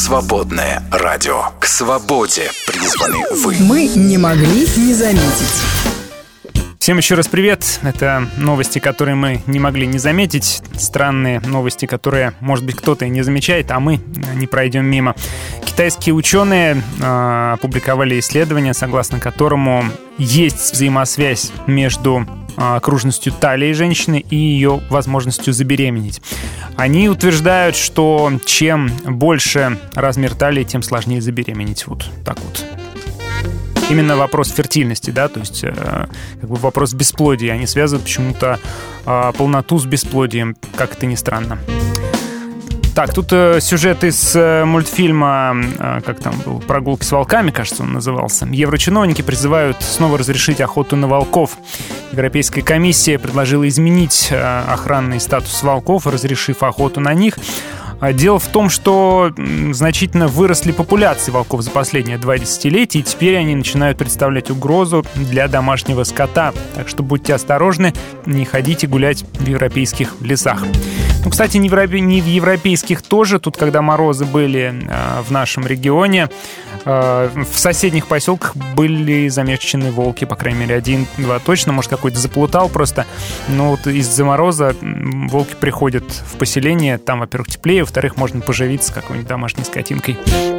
Свободное радио. К свободе призваны вы. Мы не могли не заметить. Всем еще раз привет. Это новости, которые мы не могли не заметить. Странные новости, которые, может быть, кто-то и не замечает, а мы не пройдем мимо. Китайские ученые опубликовали исследование, согласно которому есть взаимосвязь между окружностью талии женщины и ее возможностью забеременеть. Они утверждают, что чем больше размер талии, тем сложнее забеременеть. Вот так вот. Именно вопрос фертильности, да, то есть как бы вопрос бесплодия. Они связывают почему-то полноту с бесплодием, как это ни странно. Так, тут сюжет из мультфильма, как там был, «Прогулки с волками», кажется, он назывался. Еврочиновники призывают снова разрешить охоту на волков. Европейская комиссия предложила изменить охранный статус волков, разрешив охоту на них. Дело в том, что значительно выросли популяции волков за последние 2 десятилетия, и теперь они начинают представлять угрозу для домашнего скота. Так что будьте осторожны, не ходите гулять в европейских лесах. Ну, кстати, не в европейских тоже. Тут, когда морозы были в нашем регионе, в соседних поселках были замечены волки, по крайней мере, 1-2 точно, может, какой-то заплутал просто. Но вот из-за мороза волки приходят в поселение, там, во-первых, теплее, во-вторых, можно поживиться какой-нибудь домашней скотинкой.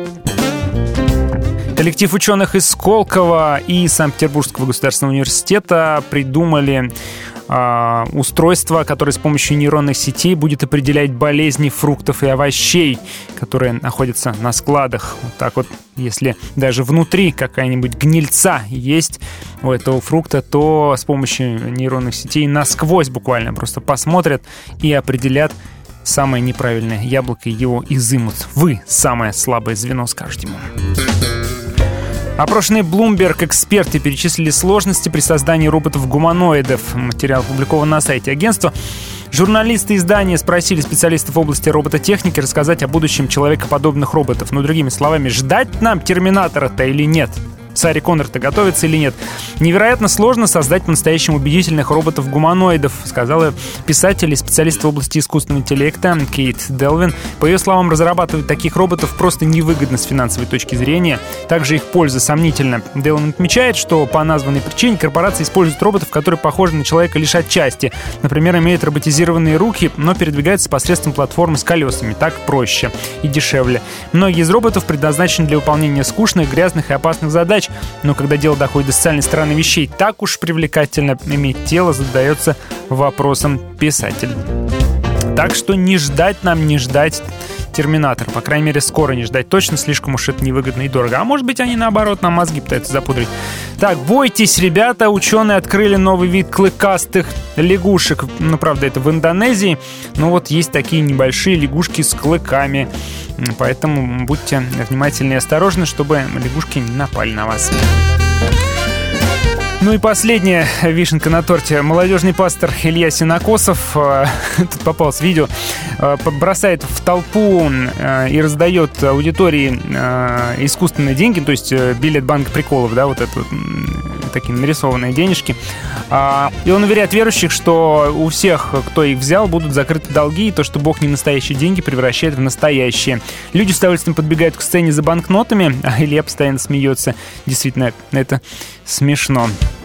Коллектив ученых из Сколково и Санкт-Петербургского государственного университета придумали устройство, которое с помощью нейронных сетей будет определять болезни фруктов и овощей, которые находятся на складах. Вот так вот, если даже внутри какая-нибудь гнильца есть у этого фрукта, то с помощью нейронных сетей насквозь буквально просто посмотрят и определят самое неправильное яблоко, и его изымут. Вы самое слабое звено, скажете ему. Опрошенные Bloomberg эксперты перечислили сложности при создании роботов-гуманоидов. Материал опубликован на сайте агентства. Журналисты издания спросили специалистов в области робототехники рассказать о будущем человекоподобных роботов. Но, другими словами, ждать нам Терминатора-то или нет? Сари Коннор-то готовится или нет? Невероятно сложно создать по-настоящему убедительных роботов-гуманоидов, сказала писатель и специалист в области искусственного интеллекта Кейт Делвин. По ее словам, разрабатывать таких роботов просто невыгодно с финансовой точки зрения. Также их польза сомнительна. Делвин отмечает, что по названной причине корпорации используют роботов, которые похожи на человека лишь отчасти. Например, имеют роботизированные руки, но передвигаются посредством платформы с колесами. Так проще и дешевле. Многие из роботов предназначены для выполнения скучных, грязных и опасных задач. Но когда дело доходит до социальной стороны вещей, так уж привлекательно иметь тело, задается вопросом писатель. Так что не ждать нам, не ждать Терминатор. По крайней мере, скоро не ждать точно, слишком уж это невыгодно и дорого. А может быть, они наоборот нам мозги пытаются запудрить. Так, бойтесь, ребята, ученые открыли новый вид клыкастых лягушек. Ну, правда, это в Индонезии. Но вот есть такие небольшие лягушки с клыками. Поэтому будьте внимательны и осторожны, чтобы лягушки не напали на вас. Ну и последняя вишенка на торте. Молодежный пастор Илья Синокосов, тут попалось видео, бросает в толпу и раздает аудитории искусственные деньги, то есть билет банка приколов, да, вот это вот, такие нарисованные денежки. И он уверяет верующих, что у всех, кто их взял, будут закрыты долги, и то, что Бог не настоящие деньги превращает в настоящие. Люди с удовольствием подбегают к сцене за банкнотами, а Илья постоянно смеется. Действительно, это смешно.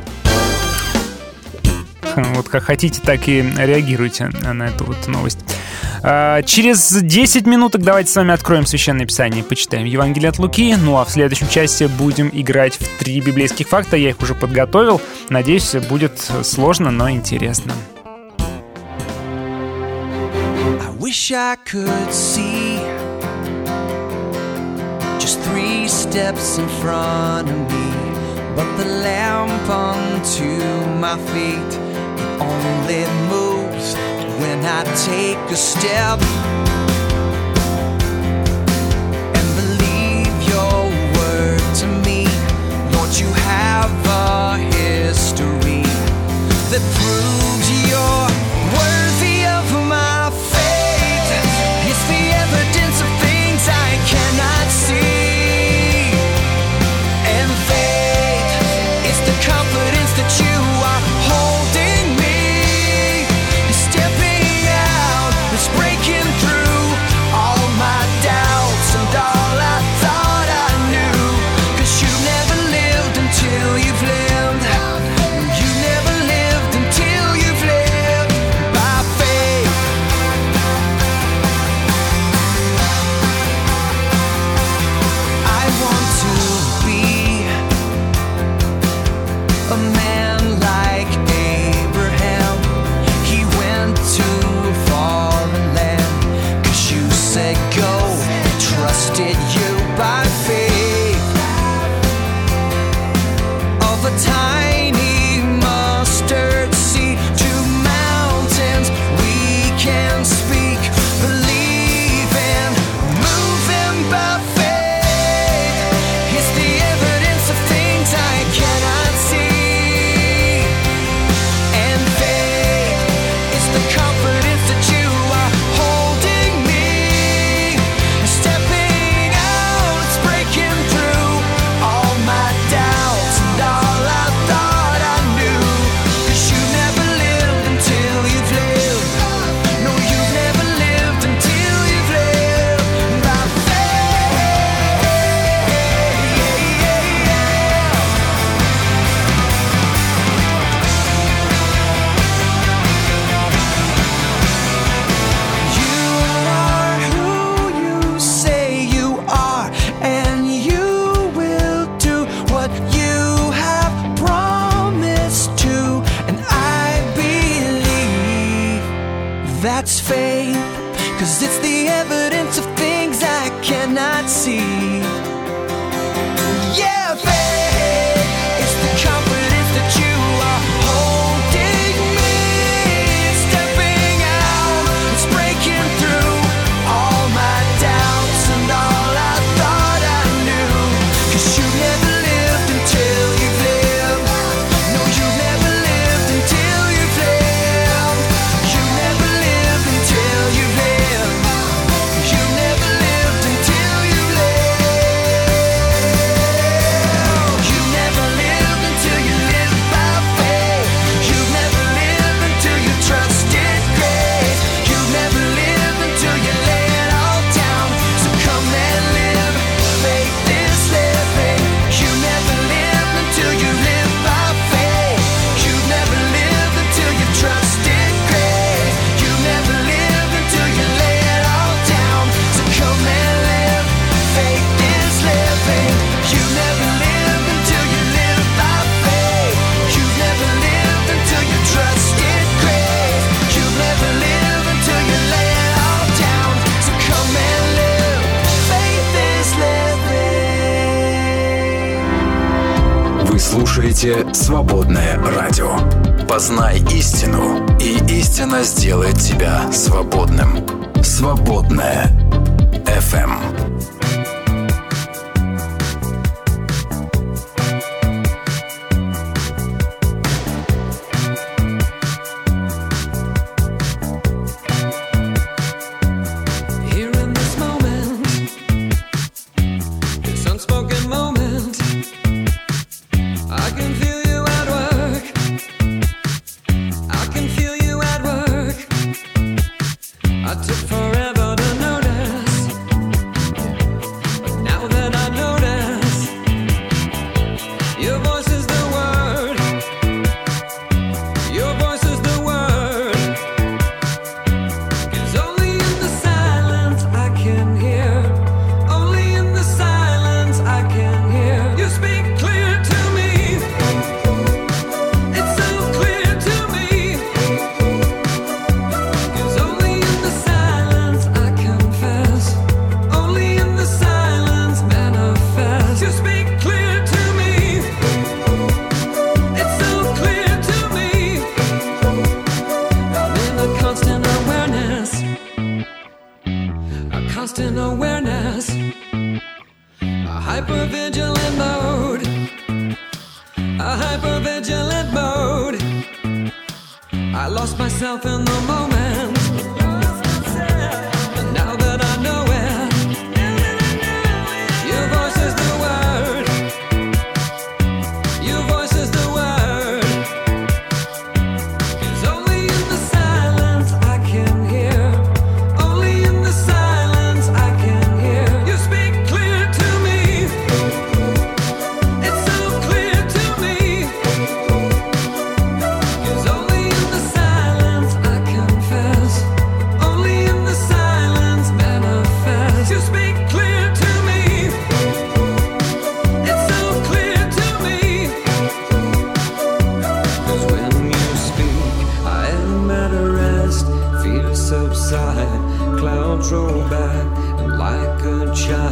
Вот как хотите, так и реагируйте на эту вот новость. Через 10 минуток давайте с вами откроем Священное Писание, почитаем Евангелие от Луки. Ну а в следующем часе будем играть в 3 библейских факта. Я их уже подготовил. Надеюсь, будет сложно, но интересно. I wish I could see just 3 steps in front of me, but the lamp unto my feet only moves when I take a step and believe your word to me. Lord, you have a history that proves you're worthy of my faith. It's the evidence of things I cannot see, and faith is the confidence that you are holding me. It's stepping out, it's breaking through. trusted you by faith of a tiny mustard seed to mountains we can speak, believing, moving by faith. It's the evidence of things I cannot see, and faith is the confidence that you are holding me, stepping out, it's breaking through all my doubts and all I thought I knew. 'Cause you never lived until you've lived. No, you've never lived until you've lived by faith. You are who you say you are, and you will do what you have promised to. And I believe that's faith, 'cause it's the evidence of things I cannot see. Yeah, faith is the confidence that you are holding me, stepping out, it's breaking through all my doubts and all I thought I knew. 'Cause you never lived until you've lived. No, you never lived until you've lived. You never lived until you've lived. You never lived until you've lived. You never lived until you lived by faith. You never lived until you trusted grace. You never lived until you lay it all down. So come and live. Faith is living. You never lived until you lived by faith. You never lived until you trusted grace. You never lived until you lay it all down. So come and live. Faith is living. You never lived until you lived by faith. You never lived until you trusted grace. You never lived until you lay it all down. So come and live. Faith is living. Вы слушаете «Свободное радио». Познай истину, и истина сделает тебя свободным. «Свободное FM». Here in this moment, this unspoken moment, I can feel you at work. I can feel you at work. I took forever to notice, but now that I notice, your voice is the word. Your voice is the word. 'Cause only in the silence I can hear. Only in the silence I can hear. You speak clear to me. It's so clear to me. 'Cause only in the silence I confess. Only in the silence manifest. You speak clear to me. It's so clear to me. I'm in a constant awareness. A constant awareness. A hypervigilant mode. A hypervigilant mode. I lost myself in the moment. And now that I know it, your voice is the word. Your voice is the word. 'Cause only in the silence I can hear. Only in the silence I can hear. You speak clear to me. It's so clear to me. 'Cause only in the silence I confess.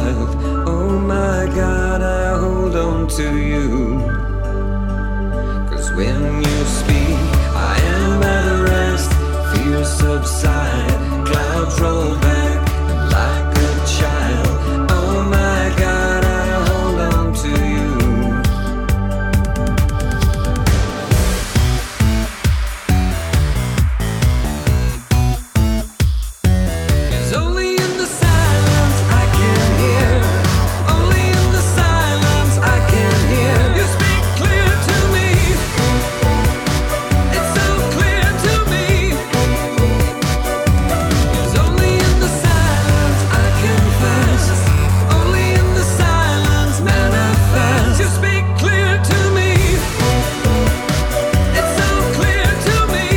child. Oh my God, I hold on to you. 'Cause when you speak, I am at rest. Fears subside, clouds roll back, and like a child, oh my God, I hold on to you. It's only in the silence I can hear. Only in the silence I can hear. You speak clear to me. It's so clear to me. It's only in the silence I confess. Only in the silence manifest. You speak clear to me. It's so clear to me.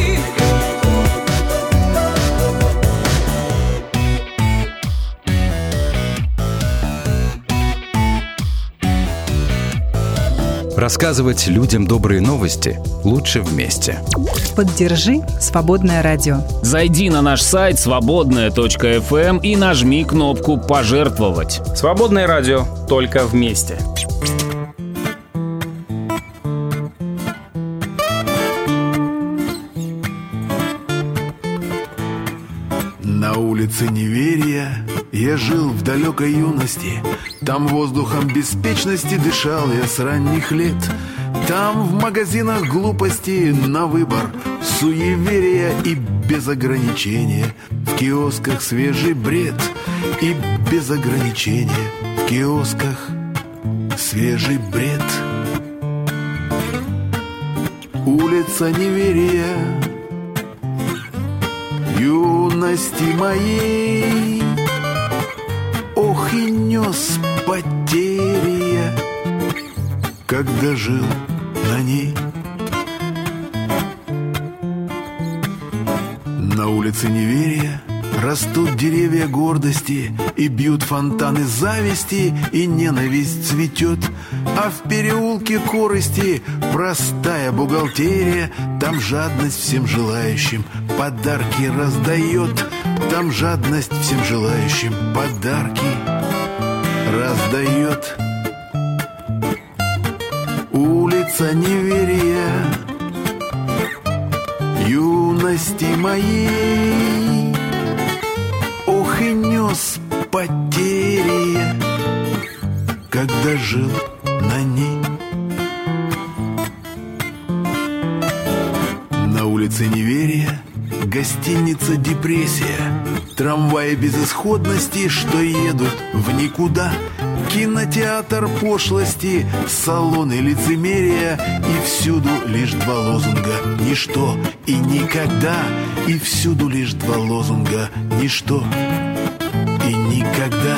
Рассказывать людям добрые новости лучше вместе. Поддержи «Свободное радио». Зайди на наш сайт свободная.fm и нажми кнопку «Пожертвовать». Свободное радио, только вместе. На улице неверия я жил в далекой юности. Там воздухом беспечности дышал я с ранних лет. Там в магазинах глупости на выбор, суеверия и без ограничения. В киосках свежий бред и без ограничения. В киосках свежий бред. Улица неверия юности моей. Ох, и нес потери я, когда жил на ней. На улице неверия растут деревья гордости и бьют фонтаны зависти, и ненависть цветет. А в переулке корысти простая бухгалтерия. Там жадность всем желающим подарки раздает. Там жадность всем желающим подарки раздает. Улица неверия юности моей. Ох, и нес потери я, когда жил на ней. На улице неверия гостиница депрессия. Трамваи безысходности, что едут в никуда. Кинотеатр пошлости, салоны лицемерия. И всюду лишь два лозунга: ничто и никогда. И всюду лишь два лозунга: ничто и никогда.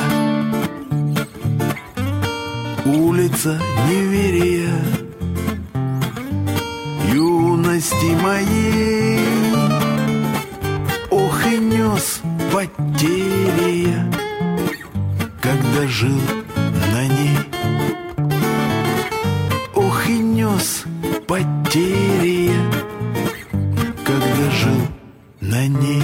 Улица неверия юности моей. Ох, и нес потери я, когда жил на ней. Ох, и нес потери я, когда жил на ней.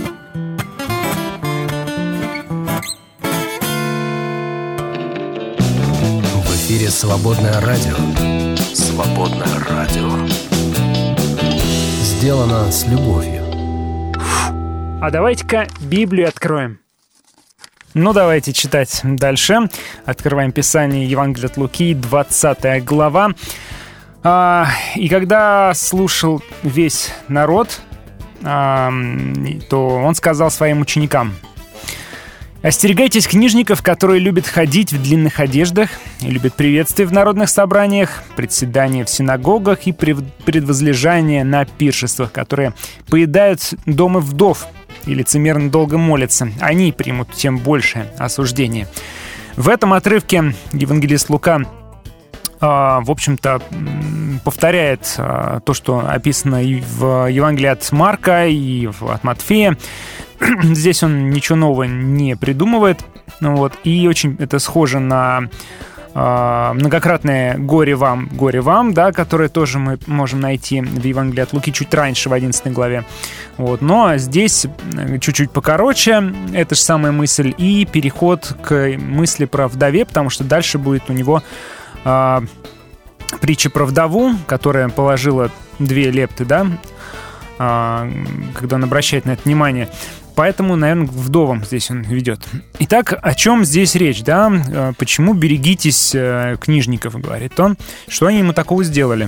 В эфире «Свободное радио». «Свободное радио». Сделано с любовью. А давайте-ка Библию откроем. Ну, давайте читать дальше. Открываем Писание, Евангелие от Луки, 20 глава. И когда слушал весь народ, то он сказал своим ученикам: «Остерегайтесь книжников, которые любят ходить в длинных одеждах и любят приветствия в народных собраниях, председания в синагогах и предвозлежания на пиршествах, которые поедают дома вдов и лицемерно долго молятся. Они примут тем большее осуждение». В этом отрывке евангелист Лука, в общем-то, повторяет то, что описано и в Евангелии от Марка, и от Матфея. Здесь он ничего нового не придумывает. Вот. И очень это схоже на многократное «Горе вам», да, которое тоже мы можем найти в Евангелии от Луки чуть раньше, в 11 главе. Вот. Но здесь чуть-чуть покороче эта же самая мысль и переход к мысли про вдове, потому что дальше будет у него притча про вдову, которая положила 2 лепты, да, когда он обращает на это внимание. Поэтому, наверное, к вдовам здесь он ведет. Итак, о чем здесь речь, да? Почему берегитесь книжников, говорит он. Что они ему такого сделали?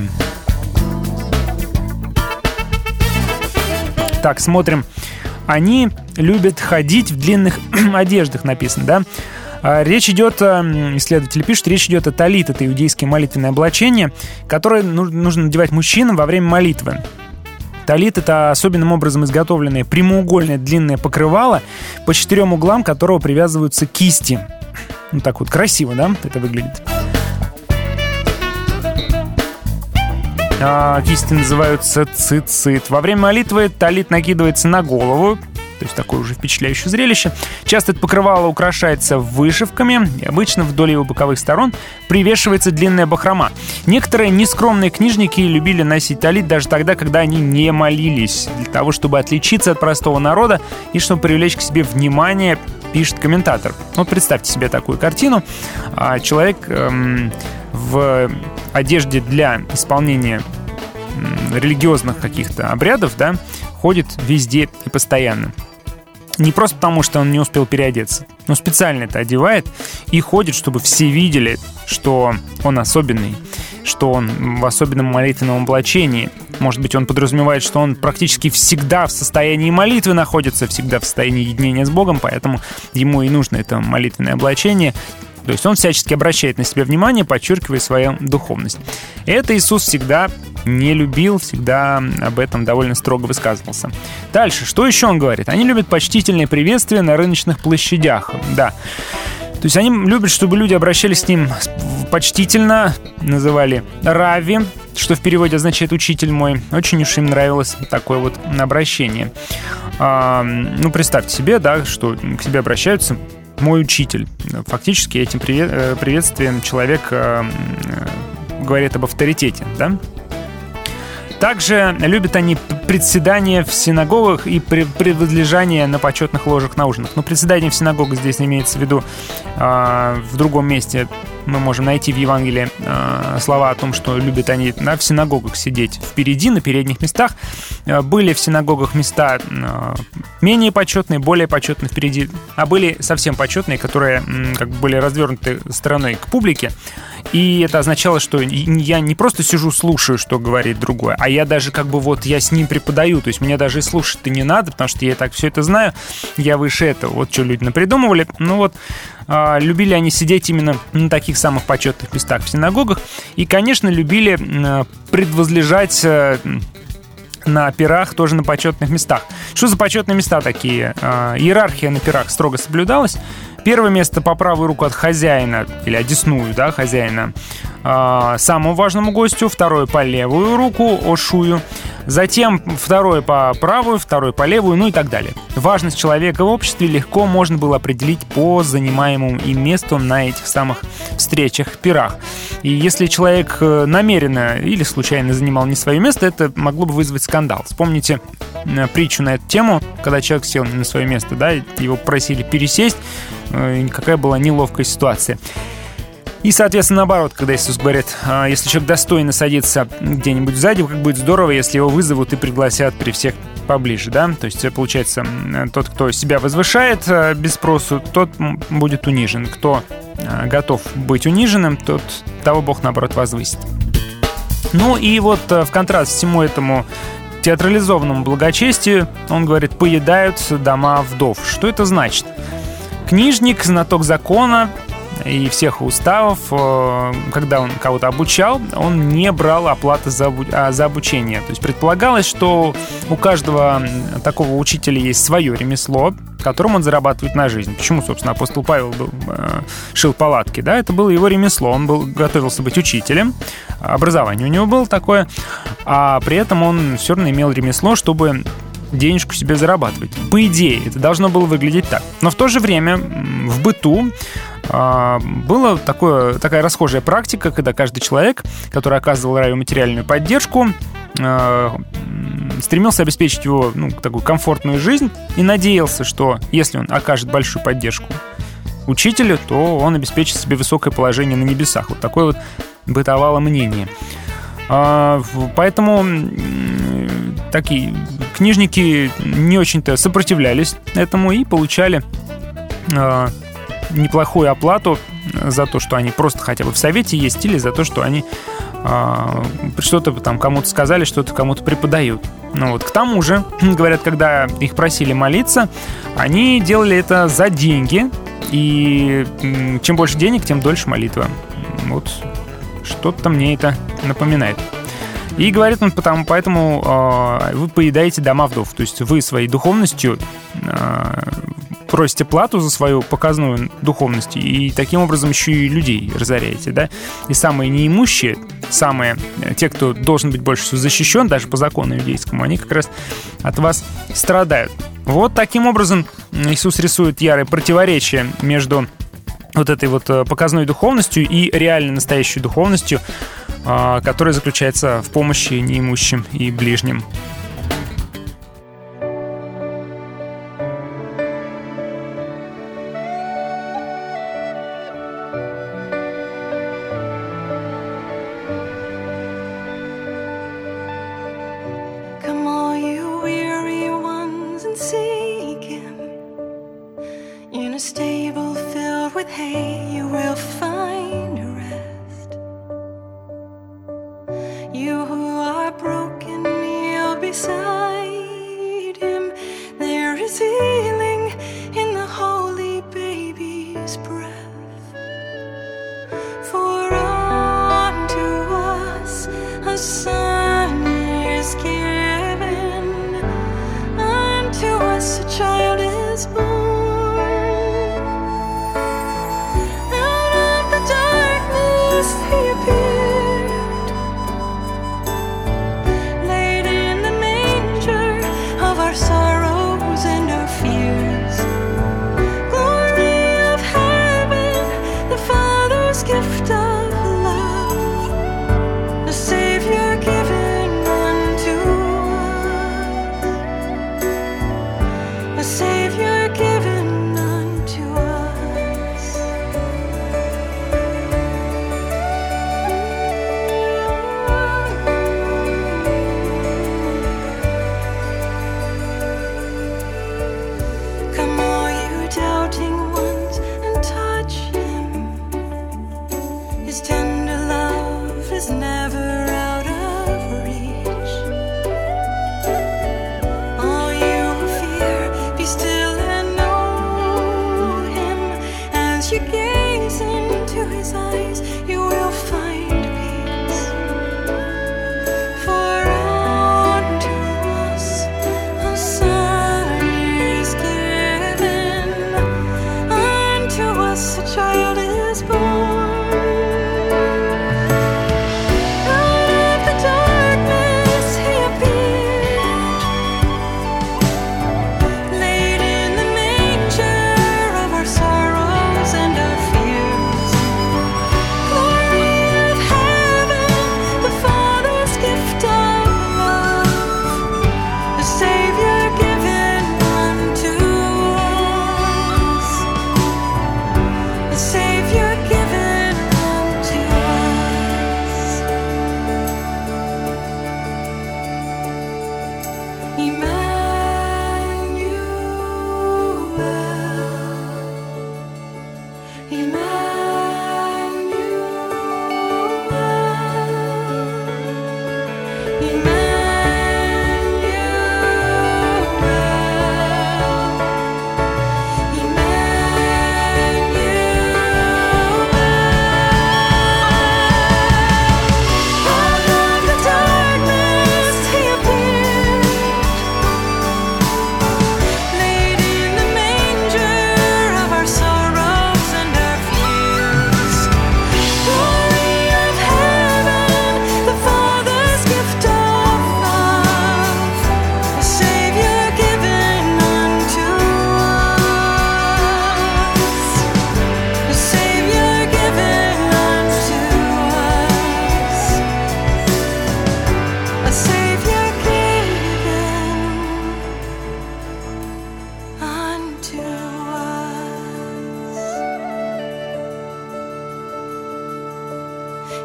Так, смотрим. Они любят ходить в длинных одеждах, написано, да? Речь идет, исследователи пишут, речь идет о талит, это иудейское молитвенное облачение, которое нужно надевать мужчинам во время молитвы. Талит — это особенным образом изготовленное прямоугольное длинное покрывало, по 4 углам которого привязываются кисти. Ну так вот красиво, да, это выглядит. Кисти называются цицит. Во время молитвы талит накидывается на голову, то есть такое уже впечатляющее зрелище. Часто это покрывало украшается вышивками, и обычно вдоль его боковых сторон привешивается длинная бахрома. Некоторые нескромные книжники любили носить талит даже тогда, когда они не молились, для того, чтобы отличиться от простого народа и чтобы привлечь к себе внимание, пишет комментатор. Вот представьте себе такую картину. Человек в одежде для исполнения религиозных каких-то обрядов, да, ходит везде и постоянно. Не просто потому, что он не успел переодеться, но специально это одевает и ходит, чтобы все видели, что он особенный, что он в особенном молитвенном облачении. Может быть, он подразумевает, что он практически всегда в состоянии молитвы находится, всегда в состоянии единения с Богом, поэтому ему и нужно это молитвенное облачение. То есть он всячески обращает на себя внимание, подчеркивая свою духовность. Это Иисус всегда не любил, всегда об этом довольно строго высказывался. Дальше, что еще он говорит? Они любят почтительные приветствия на рыночных площадях. Да. То есть они любят, чтобы люди обращались к ним почтительно, называли «рави», что в переводе означает «учитель мой». Очень уж им нравилось такое вот обращение. Ну, представьте себе, да, что к тебе обращаются «мой учитель». Фактически этим приветствием человек говорит об авторитете, да? Также любят они председание в синагогах и предвозлежание на почетных ложах на ужинах. Но председание в синагогах здесь имеется в виду в другом месте. Мы можем найти в Евангелии слова о том, что любят они в синагогах сидеть впереди, на передних местах. Были в синагогах места менее почетные, более почетные впереди, а были совсем почетные, которые как бы были развернуты стороной к публике. И это означало, что я не просто сижу, слушаю, что говорит другой, а я даже как бы вот я с ним преподаю. То есть мне даже и слушать-то не надо, потому что я так все это знаю, я выше этого. Вот что люди напридумывали. Ну вот, любили они сидеть именно на таких самых почетных местах в синагогах. И, конечно, любили предвозлежать на пирах, тоже на почетных местах. Что за почетные места такие? Иерархия на пирах строго соблюдалась. Первое место по правую руку от хозяина, или одесную, да, хозяина, самому важному гостю. Второе по левую руку, ошую. Затем второе по правую, второе по левую, ну и так далее. Важность человека в обществе легко можно было определить по занимаемому им месту на этих самых встречах, пирах. И если человек намеренно или случайно занимал не свое место, это могло бы вызвать скандал. Вспомните притчу на эту тему, когда человек сел не на свое место, да, его просили пересесть, какая была неловкая ситуация. И, соответственно, наоборот, когда Иисус говорит, если человек достойно садится где-нибудь сзади, как будет здорово, если его вызовут и пригласят при всех поближе, да? То есть, получается, тот, кто себя возвышает без спросу, тот будет унижен. Кто готов быть униженным, того Бог, наоборот, возвысит. Ну и вот в контраст всему этому театрализованному благочестию, он говорит, поедают дома вдов. Что это значит? Книжник, знаток закона и всех уставов, когда он кого-то обучал, он не брал оплаты за обучение. То есть предполагалось, что у каждого такого учителя есть свое ремесло, которым он зарабатывает на жизнь. Почему, собственно, апостол Павел шил палатки? Да, это было его ремесло. Он готовился быть учителем, образование у него было такое, а при этом он все равно имел ремесло, чтобы денежку себе зарабатывать. По идее, это должно было выглядеть так. Но в то же время в быту Была такая расхожая практика, когда каждый человек, который оказывал раю материальную поддержку, стремился обеспечить его такую комфортную жизнь и надеялся, что если он окажет большую поддержку учителю, то он обеспечит себе высокое положение на небесах. Вот такое вот бытовало мнение. Поэтому такие книжники не очень-то сопротивлялись этому и получали неплохую оплату за то, что они просто хотя бы в совете есть, или за то, что они что-то там кому-то сказали, что-то кому-то преподают. К тому же, говорят, когда их просили молиться, они делали это за деньги, и чем больше денег, тем дольше молитва. Вот что-то мне это напоминает. И говорит он, поэтому вы поедаете дома вдов. То есть вы своей духовностью просите плату за свою показную духовность, и таким образом еще и людей разоряете, да? И самые неимущие, те, кто должен быть больше всего защищен, даже по закону иудейскому, они как раз от вас страдают. Вот таким образом Иисус рисует ярое противоречие между вот этой вот показной духовностью и реальной настоящей духовностью, которая заключается в помощи неимущим и ближним.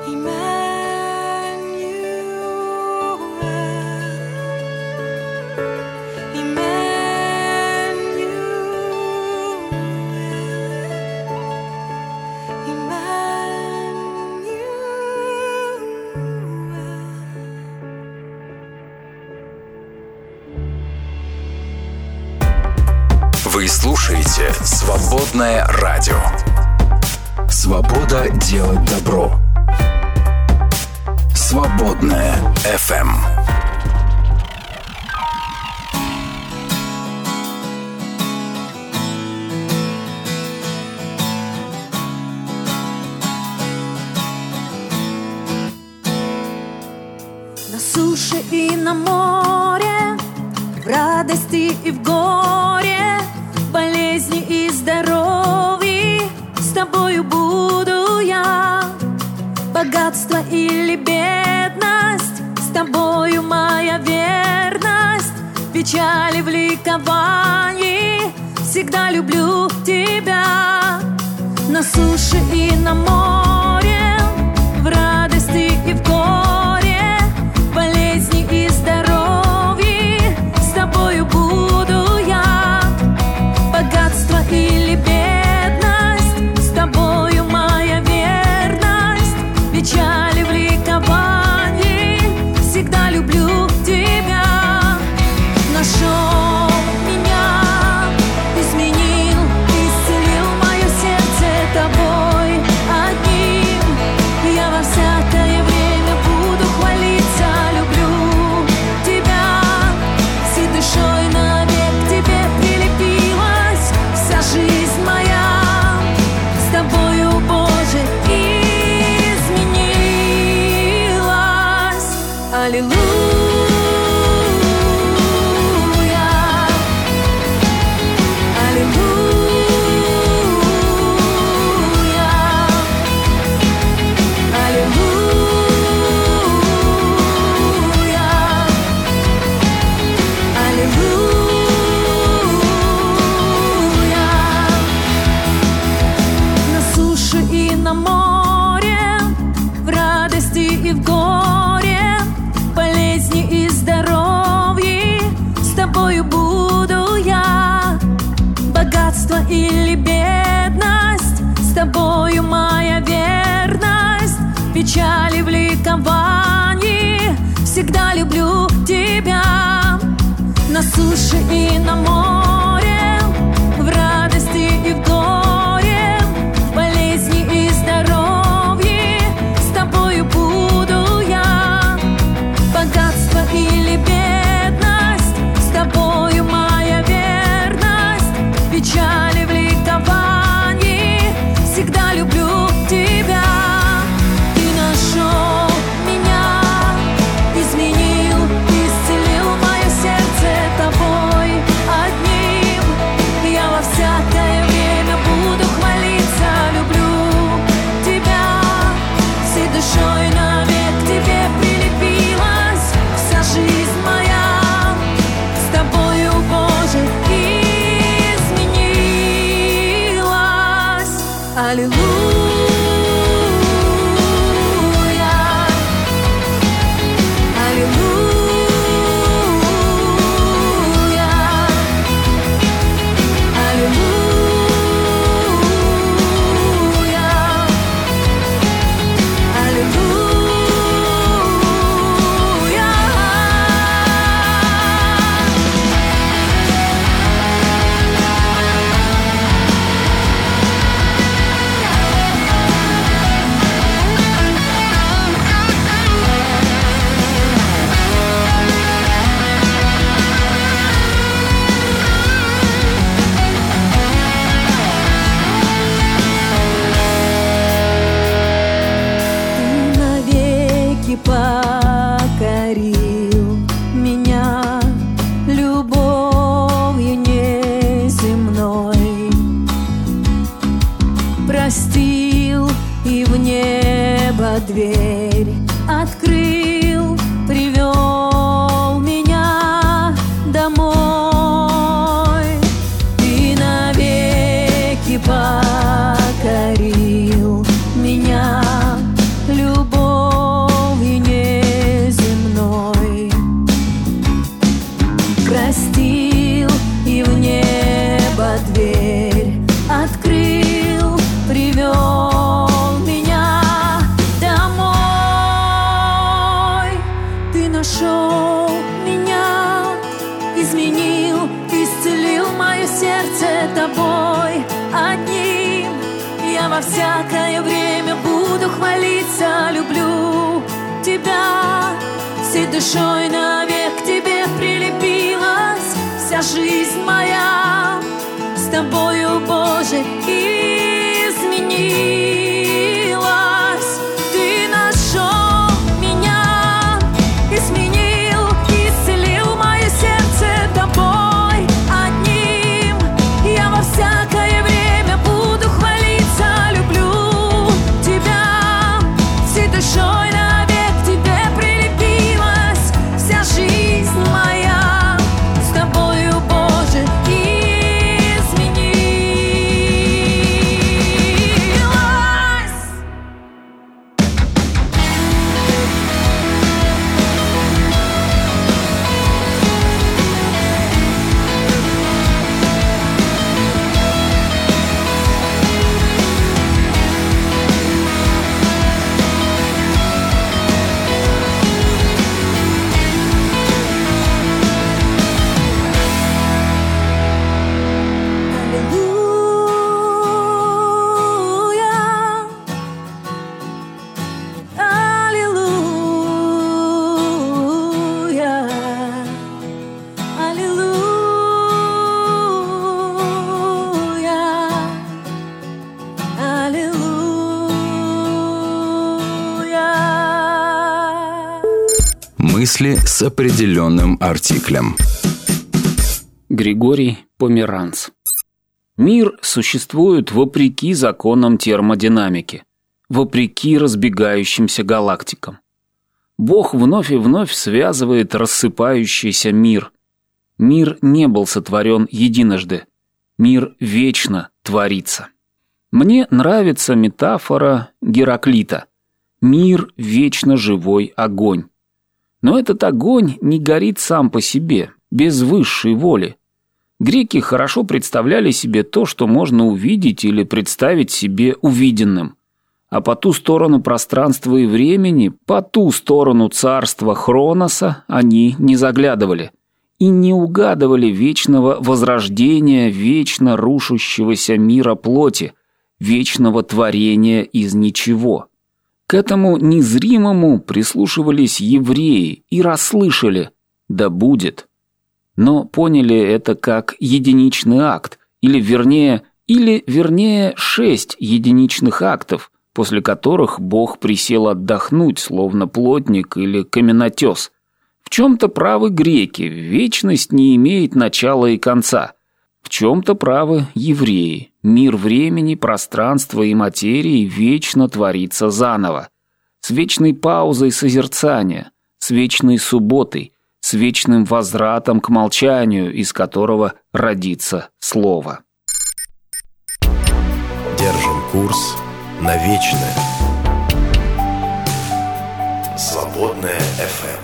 Вы слушаете «Свободное радио». Свобода делать добро. Свободное FM. На суше и на море, в радости и в горе, в болезни и здоровье, с тобою буду я. Богатство или бедность, с тобою моя верность. В печали, в ликовании, всегда люблю тебя. На суше и на море, в радости и в горе, в болезни и здоровье, с тобою буду я. Богатство или бедность, с тобою моя верность. В печали, в ликовании, всегда люблю тебя. Нашел меня, изменил, исцелил мое сердце тобой одним. Я во всякое время буду хвалиться, люблю тебя. Всей душой навек к тебе прилепилась вся жизнь моя. С тобою, Боже, изменилась. Аллилуйя. На море, в радости и в горе, в болезни и здоровье, с тобою буду я. Богатство или бедность, с тобою моя верность. В печали, в ликовании, всегда люблю тебя. На суше и на море, в радости и в горе, в болезни и здоровье, с тобою буду я. Богатство или бедность, с тобою моя верность. В печали, в ликовании, всегда люблю тебя. Ты нашел меня, изменил, исцелил мое сердце тобой одним. Я во всякое время буду хвалиться, люблю тебя. Всей душой навек к тебе прилепилась вся жизнь моя. С тобою, Боже, изменилась. Аллилуйя. Покорил меня любовью неземной, простил и в небо дверь открыл, привел меня домой. Ты навеки покорил меня любовью душой навек к тебе прилепилась. Вся жизнь моя с тобою, Боже, изменилась. Ты нашел меня, изменил, исцелил мое сердце тобой одним. Я во всякое время буду хвалиться, люблю тебя. Всей душой навек к тебе прилепилась. Вся жизнь моя с тобою, Боже, изменилась. Мысли с определенным артиклем. Григорий Померанц. Мир существует вопреки законам термодинамики, вопреки разбегающимся галактикам. Бог вновь и вновь связывает рассыпающийся мир. Мир не был сотворен единожды. Мир вечно творится. Мне нравится метафора Гераклита. Мир – вечно живой огонь. Но этот огонь не горит сам по себе, без высшей воли. Греки хорошо представляли себе то, что можно увидеть или представить себе увиденным. А по ту сторону пространства и времени, по ту сторону царства Хроноса они не заглядывали и не угадывали вечного возрождения вечно рушащегося мира плоти, вечного творения из ничего. К этому незримому прислушивались евреи и расслышали «да будет». Но поняли это как единичный акт, или вернее 6 единичных актов, после которых Бог присел отдохнуть, словно плотник или каменотес. В чем-то правы греки, вечность не имеет начала и конца. В чем-то правы евреи, мир времени, пространства и материи вечно творится заново. С вечной паузой созерцания, с вечной субботой, с вечным возвратом к молчанию, из которого родится слово. Держим курс на вечное. Свободное FM.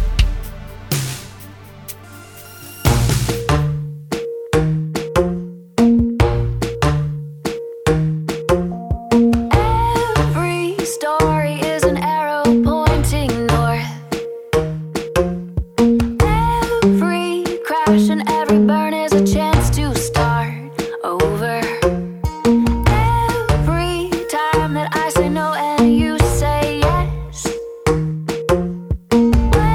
Every story is an arrow pointing north. Every crash and every burn is a chance to start over. Every time that I say no and you say yes.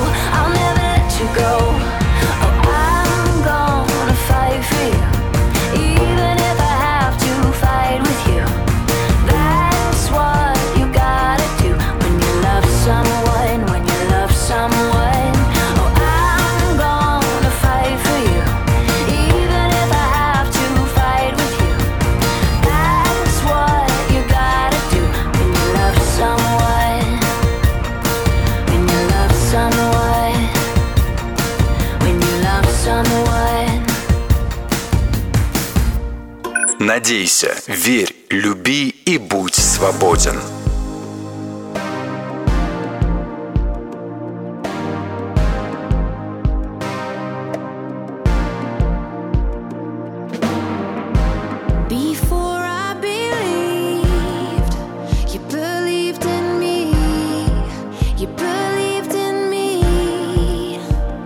I'll never let you go. Oh, I'm gonna fight for you, even if I have to fight with you. That's what you gotta do when you love someone, when you love someone. Oh, I'm gonna fight for you, even if I have to fight with you. That's what you gotta do when you love someone, when you love someone, when you love someone. Надейся, верь, люби и будь свободен. Before I believed, you believed in me. You believed in me.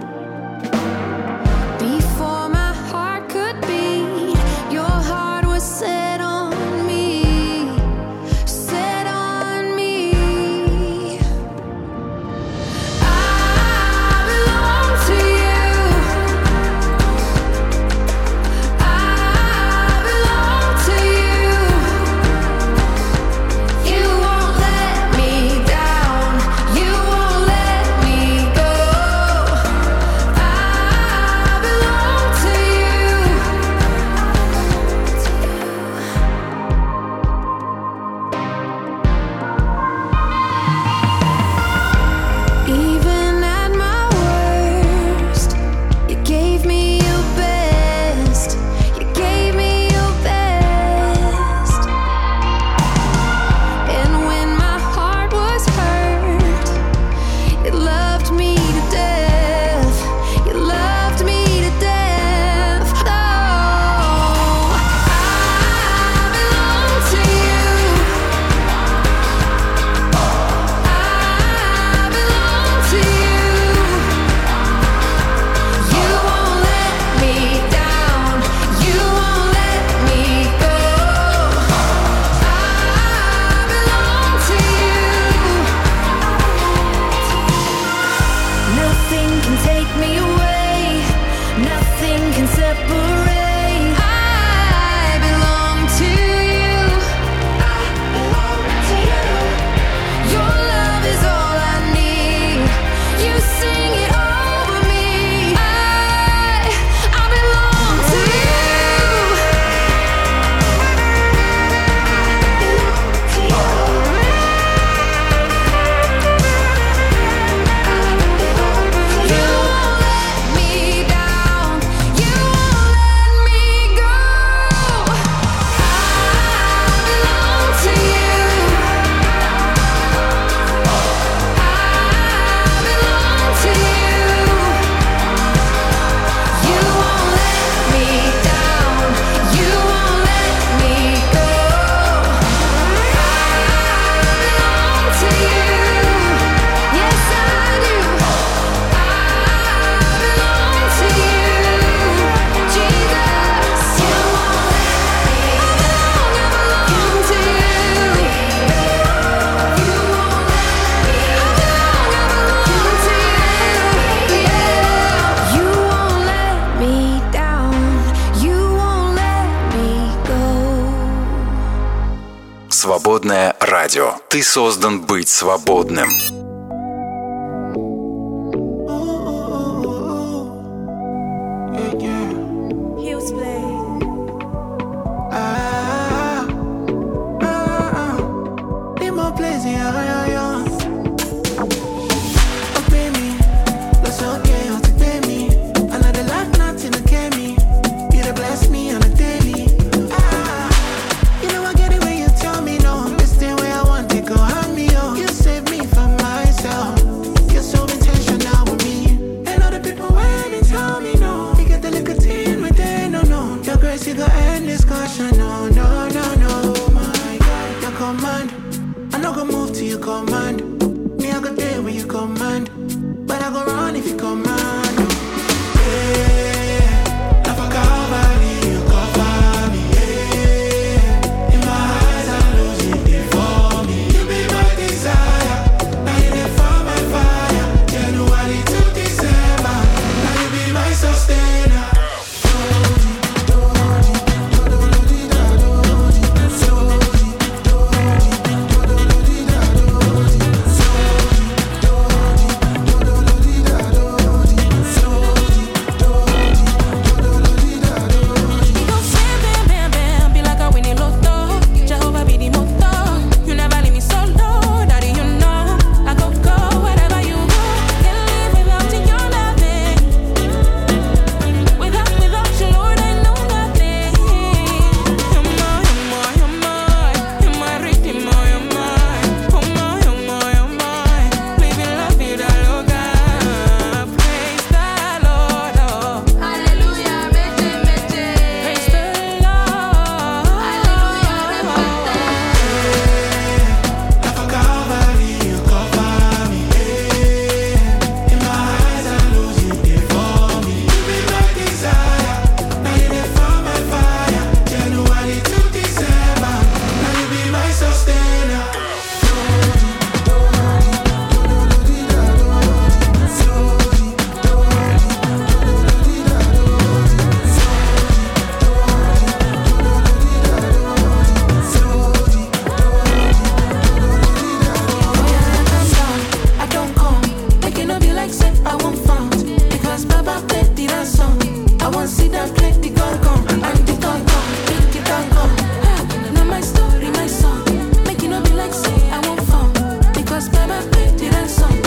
Before my heart could beat, your heart was set on me. Set on me. I belong to you. I belong to you. You won't let me down. You won't let me go. I belong to you. Even at my worst, you gave me your best. You gave me your best. And when my heart was hurt, you loved me to death. You loved me to death. Oh, I belong to you. I belong to you. You won't let me down. You won't let me go. I belong to you. Nothing can take me away. Nothing can separate. I belong to you. I belong to you. Your love is all I need. You sing it over me. I belong to you. You won't let me down. You won't let me go. I belong to you. I belong to you. You won't let me down. You won't let me go. I belong to you. Yes, I do. I belong to you. Jesus, you won't let me down. I belong to you. You won't let me down. I belong to you. Yeah. You won't let me down. You won't let me go. Свободное радио. Ты создан быть свободным. Need more plays, yeah. Oh, baby, let's okay, oh, today me. Another life, nothing to get me. You to bless me on a daily. You know I get it when you tell me no. This thing where I want to go, hand me on. You save me from my now play the gong and the gong make the gong. Now my story, my song, make it no be like say I won't fall because Baba played the dance song.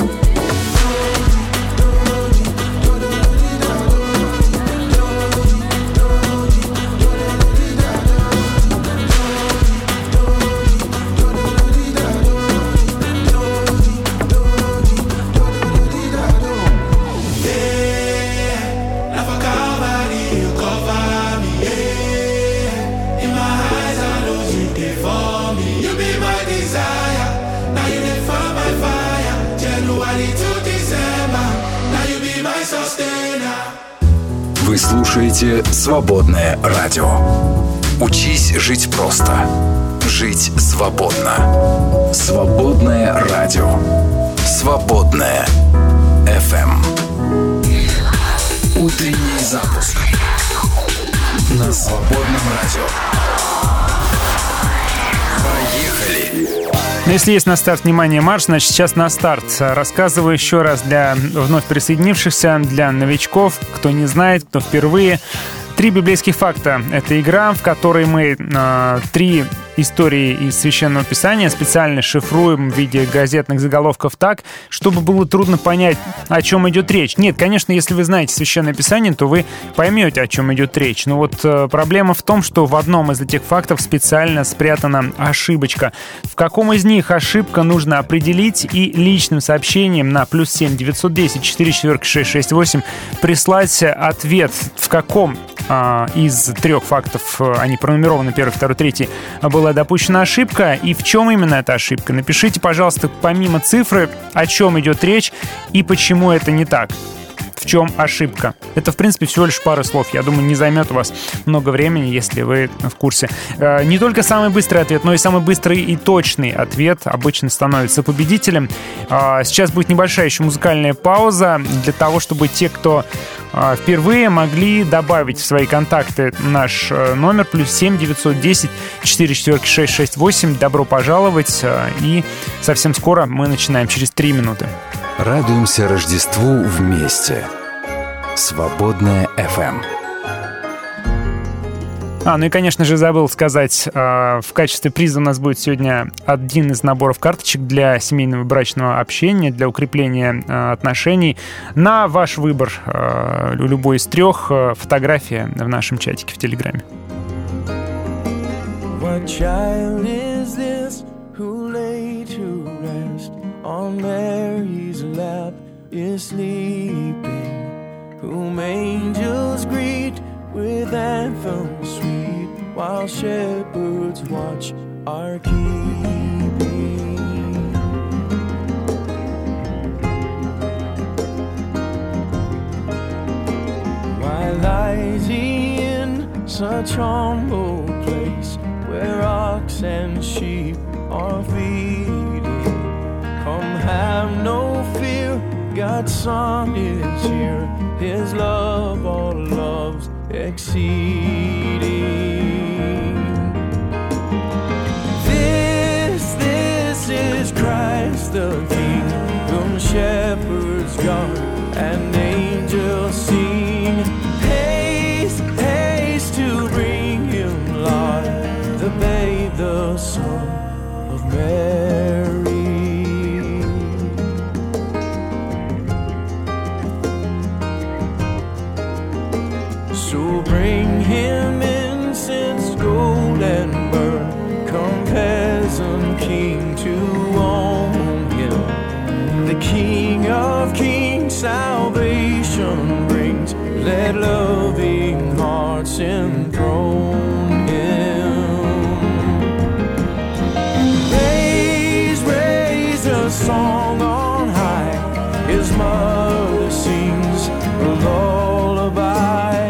Вы слушаете «Свободное радио». Учись жить просто. Жить свободно. «Свободное радио». «Свободное FM». Утренний запуск на «Свободном радио». Поехали! Но если есть на старт внимание марш, значит сейчас на старт. Рассказываю еще раз для вновь присоединившихся, для новичков, кто не знает, кто впервые. 3 библейских факта. Это игра, в которой мы 3 истории из Священного Писания специально шифруем в виде газетных заголовков так, чтобы было трудно понять, о чем идет речь. Нет, конечно, если вы знаете Священное Писание, то вы поймете, о чем идет речь. Но вот проблема в том, что в одном из этих фактов специально спрятана ошибочка. В каком из них ошибка нужно определить и личным сообщением на +7 910 44 668 прислать ответ, в каком из 3 фактов, они пронумерованы, 1, 2, 3, была допущена ошибка, и в чем именно эта ошибка. Напишите, пожалуйста, помимо цифры, о чем идет речь и почему это не так. В чем ошибка? Это, в принципе, всего лишь пара слов. Я думаю, не займет у вас много времени, если вы в курсе. Не только самый быстрый ответ, но и самый быстрый и точный ответ обычно становится победителем. Сейчас будет небольшая еще музыкальная пауза для того, чтобы те, кто впервые, могли добавить в свои контакты наш номер +7 910 44 668. Добро пожаловать. И совсем скоро мы начинаем, через 3 минуты. Радуемся Рождеству вместе. «Свободное FM». Ну и, конечно же, забыл сказать, в качестве приза у нас будет сегодня один из наборов карточек для семейного брачного общения, для укрепления отношений. На ваш выбор, любой из 3, фотография в нашем чатике в Телеграме. What child is this who lay to rest on Mary's lap is sleeping, whom angels greet with anthems sweet, while shepherds watch are keeping. Why lies he in such humble place, where ox and sheep are feeding? Come, have no fear, God's Son is here, His love all loves exceeding. This is Christ the King, whom shepherds guard and angels sing. Haste, haste to bring Him, Lord, the babe, the Son of Mary. So bring Him incense, gold and myrrh. Come, peasant king, to own Him. The King of kings salvation brings. Let loving hearts enthrone Him. Raise a song on high. His mother sings a lullaby.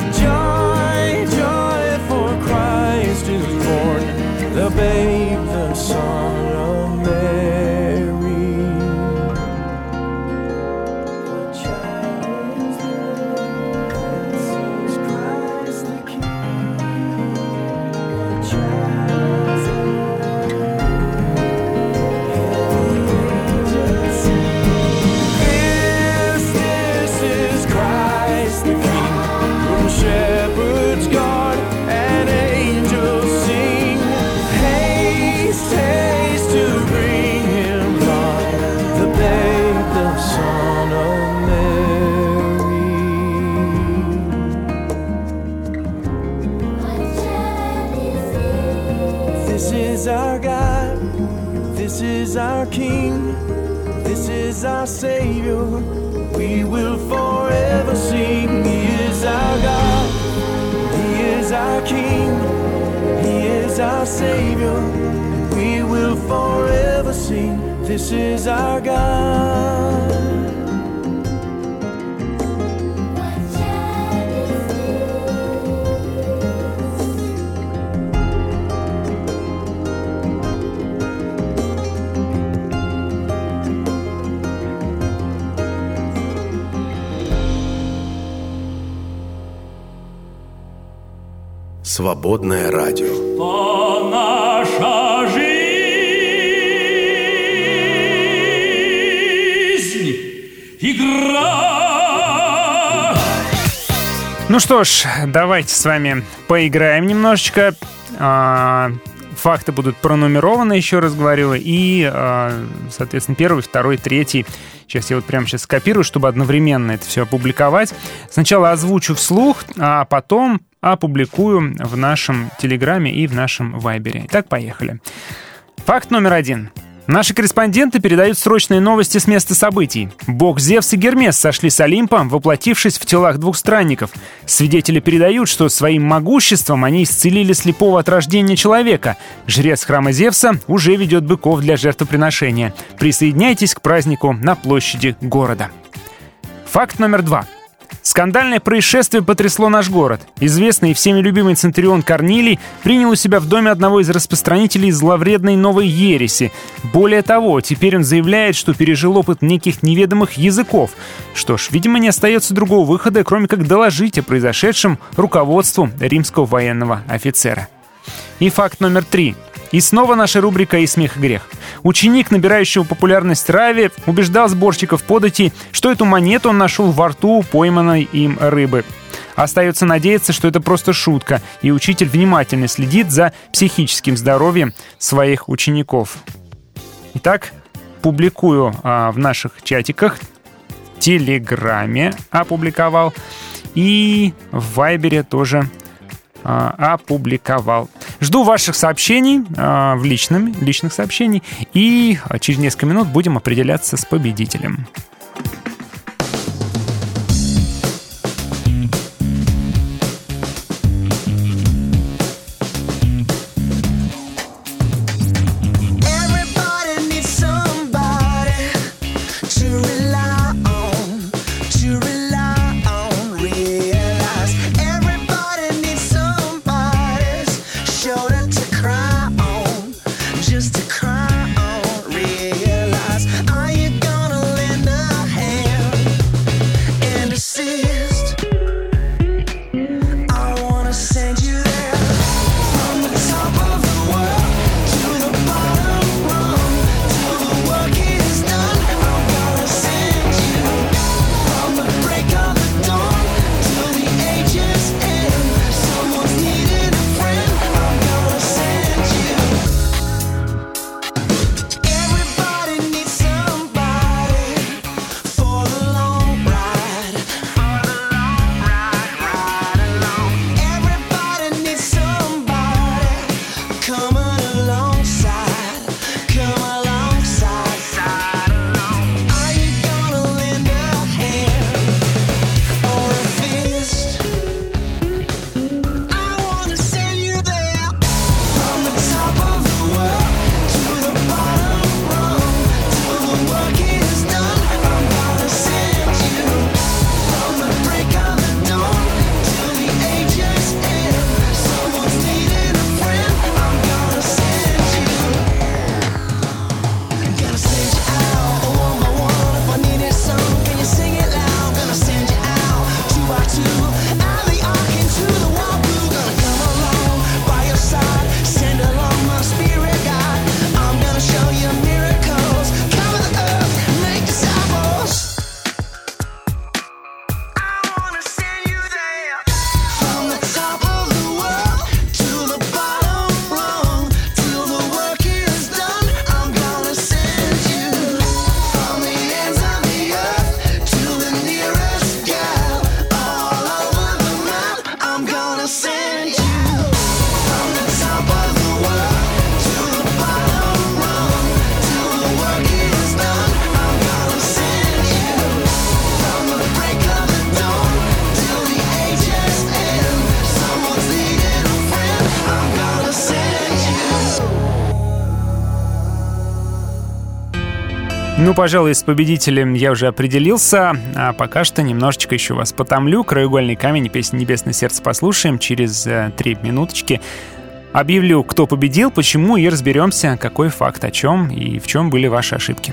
The babe, the Son of Mary. The child is Christ the King. our King. This is our Savior. We will forever sing. He is our God. He is our King. He is our Savior. We will forever sing. This is our God. Свободное радио. Наша жизнь игра. Ну что ж, давайте с вами поиграем немножечко. Факты будут пронумерованы, еще раз говорю. И, соответственно, первый, второй, третий. Сейчас я вот прямо сейчас скопирую, чтобы одновременно это все опубликовать. Сначала озвучу вслух, а потом опубликую в нашем Телеграме и в нашем Вайбере. Итак, поехали. Факт номер 1. Наши корреспонденты передают срочные новости с места событий. Бог Зевс и Гермес сошли с Олимпа, воплотившись в телах двух странников. Свидетели передают, что своим могуществом они исцелили слепого от рождения человека. Жрец храма Зевса уже ведет быков для жертвоприношения. Присоединяйтесь к празднику на площади города. Факт номер 2. Скандальное происшествие потрясло наш город. Известный и всеми любимый центурион Корнилий принял у себя в доме одного из распространителей зловредной новой ереси. Более того, теперь он заявляет, что пережил опыт неких неведомых языков. Что ж, видимо, не остается другого выхода, кроме как доложить о произошедшем руководству римского военного офицера. И факт номер 3. И снова наша рубрика «И смех и грех». Ученик, набирающего популярность Рави, убеждал сборщиков подати, что эту монету он нашел во рту пойманной им рыбы. Остается надеяться, что это просто шутка, и учитель внимательно следит за психическим здоровьем своих учеников. Итак, публикую в наших чатиках, в Телеграме опубликовал, и в Вайбере тоже опубликовал. Жду ваших сообщений личных сообщений, и через несколько минут будем определяться с победителем. Just to cry on, realize, are you gonna lend a Ну, пожалуй, с победителем я уже определился, а пока что немножечко еще вас потомлю. «Краеугольный камень» и песню «Небесное сердце» послушаем через 3 минуточки. Объявлю, кто победил, почему, и разберемся, какой факт, о чем и в чем были ваши ошибки.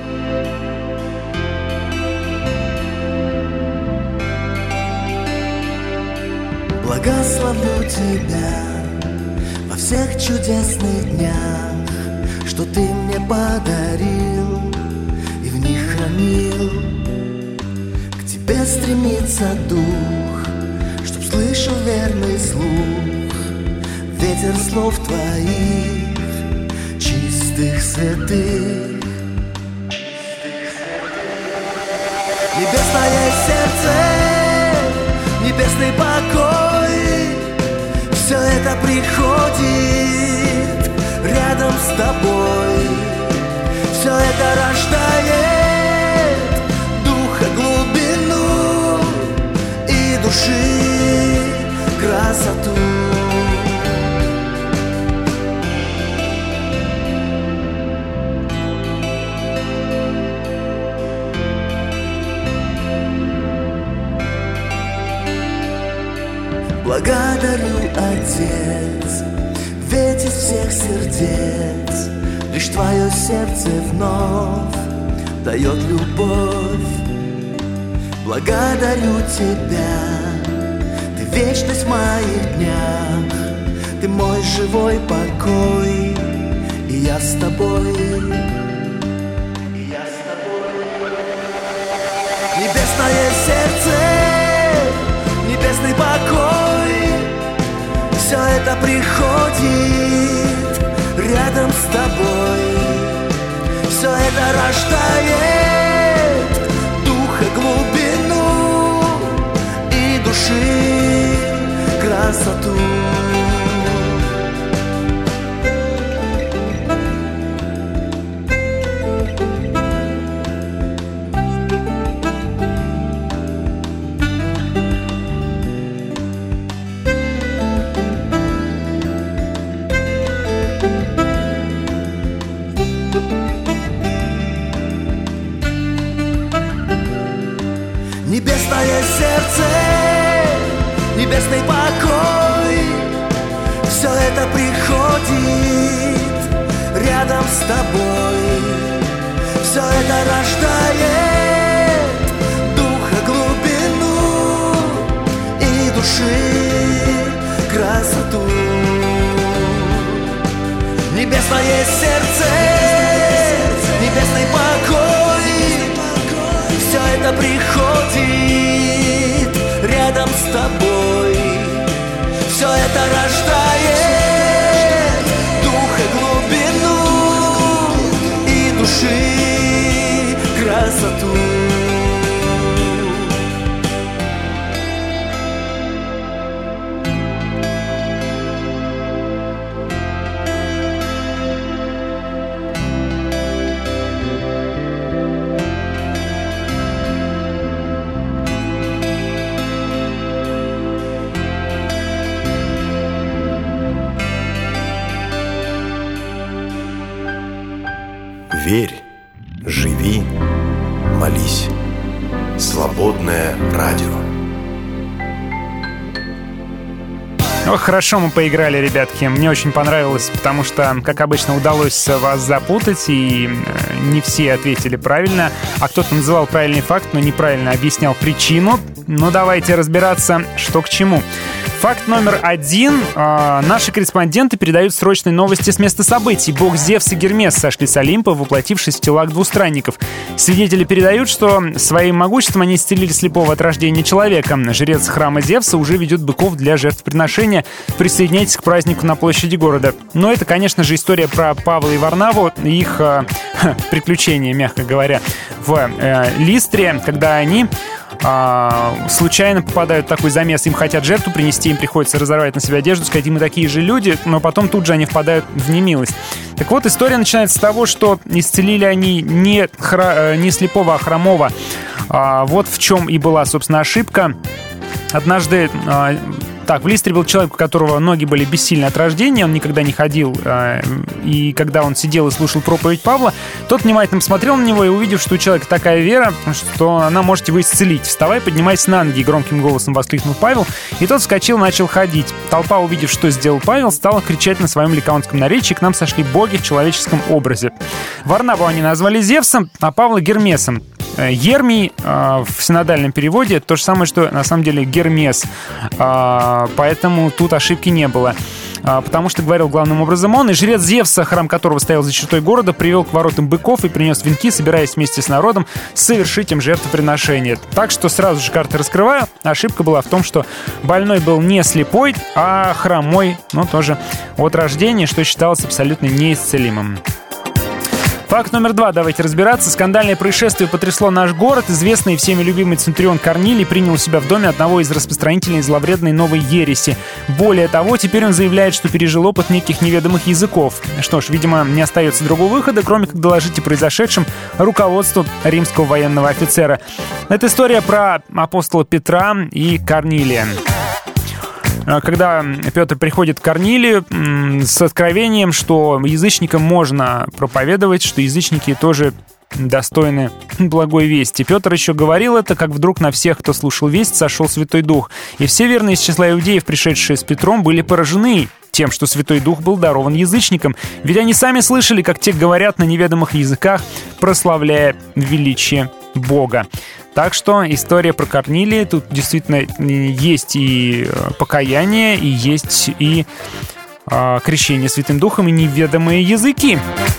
Благословлю тебя во всех чудесных днях, что ты мне подарил и в них хранил. К тебе стремится дух, чтоб слышал верный слух, ветер слов твоих, чистых, святых. Небесное сердце, небесный покой, все это приходит рядом с тобой. Все это рождает духа глубину и души красоту. Благодарю, Отец, ведь из всех сердец лишь твое сердце вновь дает любовь. Благодарю тебя, ты вечность в моих днях, ты мой живой покой, и я с тобой. Небесное сердце, небесный покой, все это приходит рядом с тобой. Все это рождает духа глубину и души красоту. Небесное сердце, небесный покой, все это приходит рядом с тобой. Все это рождает духа глубину и души красоту. Небесное сердце, небесный покой, все это приходит рядом с тобой. Все это рождает духа глубину и души красоту. Верь, живи, молись. Свободное радио. Ох, хорошо мы поиграли, ребятки. Мне очень понравилось, потому что, как обычно, удалось вас запутать, и не все ответили правильно. А кто-то называл правильный факт, но неправильно объяснял причину. Ну, давайте разбираться, что к чему. Факт номер 1. Наши корреспонденты передают срочные новости с места событий. Бог Зевс и Гермес сошли с Олимпа, воплотившись в телах двустранников. Свидетели передают, что своим могуществом они исцелили слепого от рождения человека. Жрец храма Зевса уже ведет быков для жертвоприношения. Присоединяйтесь к празднику на площади города. Но это, конечно же, история про Павла и Варнаву и их приключения, мягко говоря, в Листре, когда они случайно попадают в такой замес, им хотят жертву принести, им приходится разорвать на себя одежду, сказать, мы такие же люди, но потом тут же они впадают в немилость. Так вот, история начинается с того, что исцелили они не слепого, а хромого. Вот в чем и была, собственно, ошибка. Однажды Так, в Листре был человек, у которого ноги были бессильны от рождения, он никогда не ходил, и когда он сидел и слушал проповедь Павла, тот внимательно смотрел на него и, увидев, что у человека такая вера, что она может его исцелить. «Вставай, поднимайся на ноги», — громким голосом воскликнул Павел, и тот вскочил, начал ходить. Толпа, увидев, что сделал Павел, стала кричать на своем ликаонском наречии: «К нам сошли боги в человеческом образе». Варнаву они назвали Зевсом, а Павла — Гермесом. Ермий в синодальном переводе — это то же самое, что на самом деле Гермес, поэтому тут ошибки не было. Потому что говорил главным образом он, и жрец Зевса, храм которого стоял за чертой города, привел к воротам быков и принес венки, собираясь вместе с народом совершить им жертвоприношение. Так что сразу же карты раскрываю. Ошибка была в том, что больной был не слепой, а хромой, но тоже от рождения, что считалось абсолютно неисцелимым. Факт номер 2. Давайте разбираться. Скандальное происшествие потрясло наш город. Известный и всеми любимый Центурион Корнилий принял у себя в доме одного из распространителей зловредной новой ереси. Более того, теперь он заявляет, что пережил опыт неких неведомых языков. Что ж, видимо, не остается другого выхода, кроме как доложить о произошедшем руководству римского военного офицера. Это история про апостола Петра и Корнилия. Когда Петр приходит к Корнилию с откровением, что язычникам можно проповедовать, что язычники тоже достойны благой вести. Петр еще говорил это, как вдруг на всех, кто слушал весть, сошел Святой Дух. И все верные из числа иудеев, пришедшие с Петром, были поражены тем, что Святой Дух был дарован язычникам. Ведь они сами слышали, как те говорят на неведомых языках, прославляя величие Бога. Так что история про Корнилия, тут действительно есть и покаяние, и есть и крещение Святым Духом, и неведомые языки.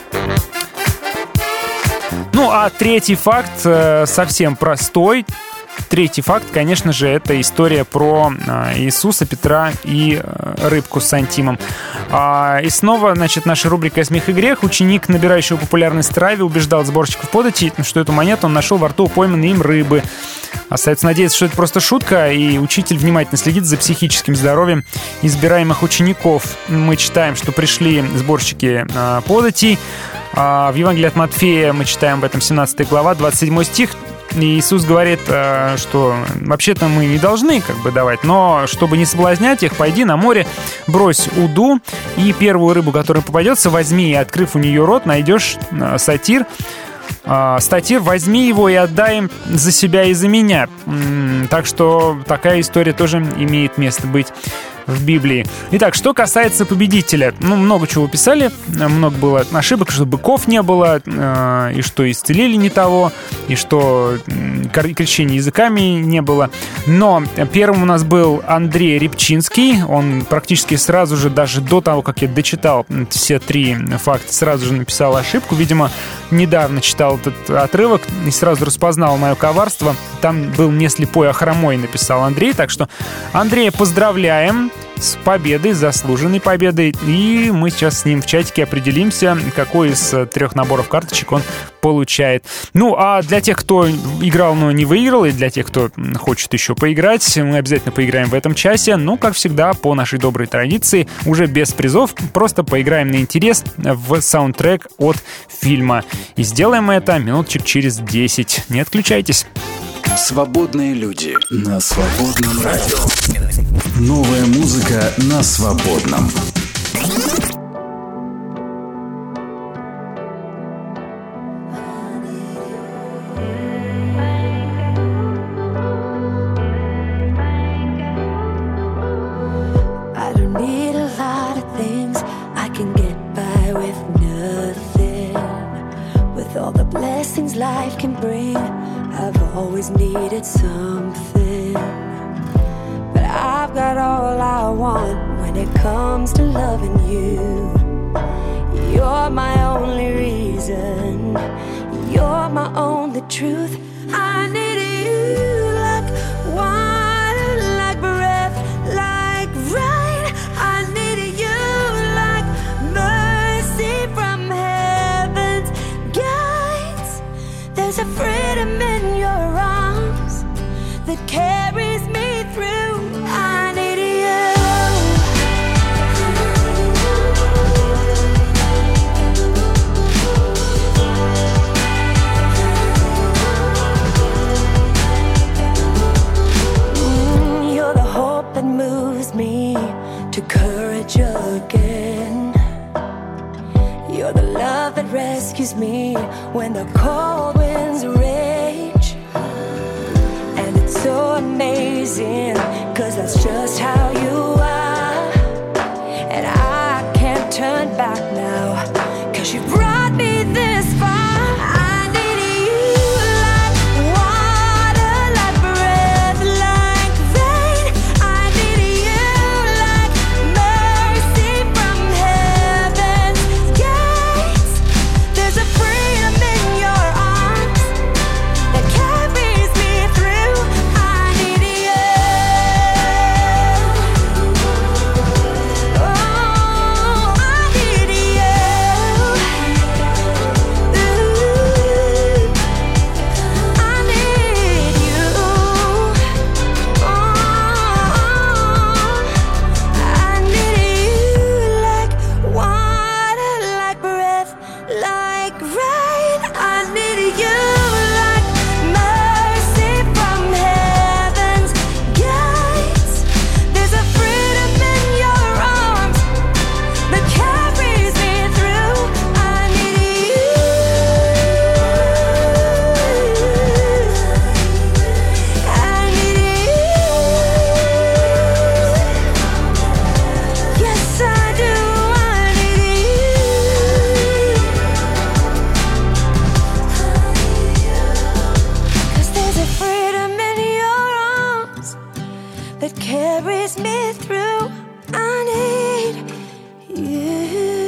Ну, а третий факт совсем простой. Третий факт, конечно же, это история про Иисуса, Петра и рыбку с Антимом. И снова, значит, наша рубрика «Смех и грех». Ученик, набирающий популярность Траве, убеждал сборщиков подати, что эту монету он нашел во рту пойманной им рыбы. Остается надеяться, что это просто шутка, и учитель внимательно следит за психическим здоровьем избираемых учеников. Мы читаем, что пришли сборщики податей. В Евангелии от Матфея мы читаем в этом 17 глава, 27 стих. И Иисус говорит, что вообще-то мы не должны давать, но чтобы не соблазнять их, пойди на море, брось уду, и первую рыбу, которая попадется, возьми, и, открыв у нее рот, найдешь статир, возьми его и отдай им за себя и за меня. Так что такая история тоже имеет место быть в Библии. Итак, что касается победителя. Много чего писали, много было ошибок, что быков не было, и что исцелили не того, и что крещения языками не было. Но первым у нас был Андрей Рябчинский. Он практически сразу же, даже до того, как я дочитал все 3 факта, сразу же написал ошибку. Видимо, недавно читал этот отрывок и сразу распознал мое коварство. Там был не слепой, а хромой, написал Андрей. Так что Андрея поздравляем с победой, заслуженной победой. И мы сейчас с ним в чатике определимся, какой из 3 наборов карточек он получает. Ну, а для тех, кто играл, но не выиграл, и для тех, кто хочет еще поиграть, мы обязательно поиграем в этом часе. Ну, как всегда, по нашей доброй традиции, уже без призов, просто поиграем на интерес в саундтрек от фильма. И сделаем это минуточек через 10. Не отключайтесь. Свободные люди на свободном радио. Новая музыка на свободном. I don't need a lot of things. I can get by with nothing. With all the blessings life can bring, I've always needed something. But I've got all I want when it comes to loving you. You're my only reason. You're my only truth. I need you like water, like breath, like rain. I need you like mercy from heaven's gates. There's a freedom in your arms that carries me through. I need you. You're the hope that moves me freeze me when the cold winds rage. And it's so amazing, 'cause that's just how you are. And I can't turn back now, 'cause you brought me this far. I need you like water, like breath, like rain. I need you like mercy from heaven's gates. There's a freedom in your arms that carries me through. I need you. Oh, I need you. Ooh, I need you. Oh, I need you like water, like breath, like rain. I need you like mercy from heaven's gates. There's a freedom in your arms that carries me through. I need you. I need you. Yes, I do. I need you. 'Cause there's a freedom in your arms that carries me through. I need you.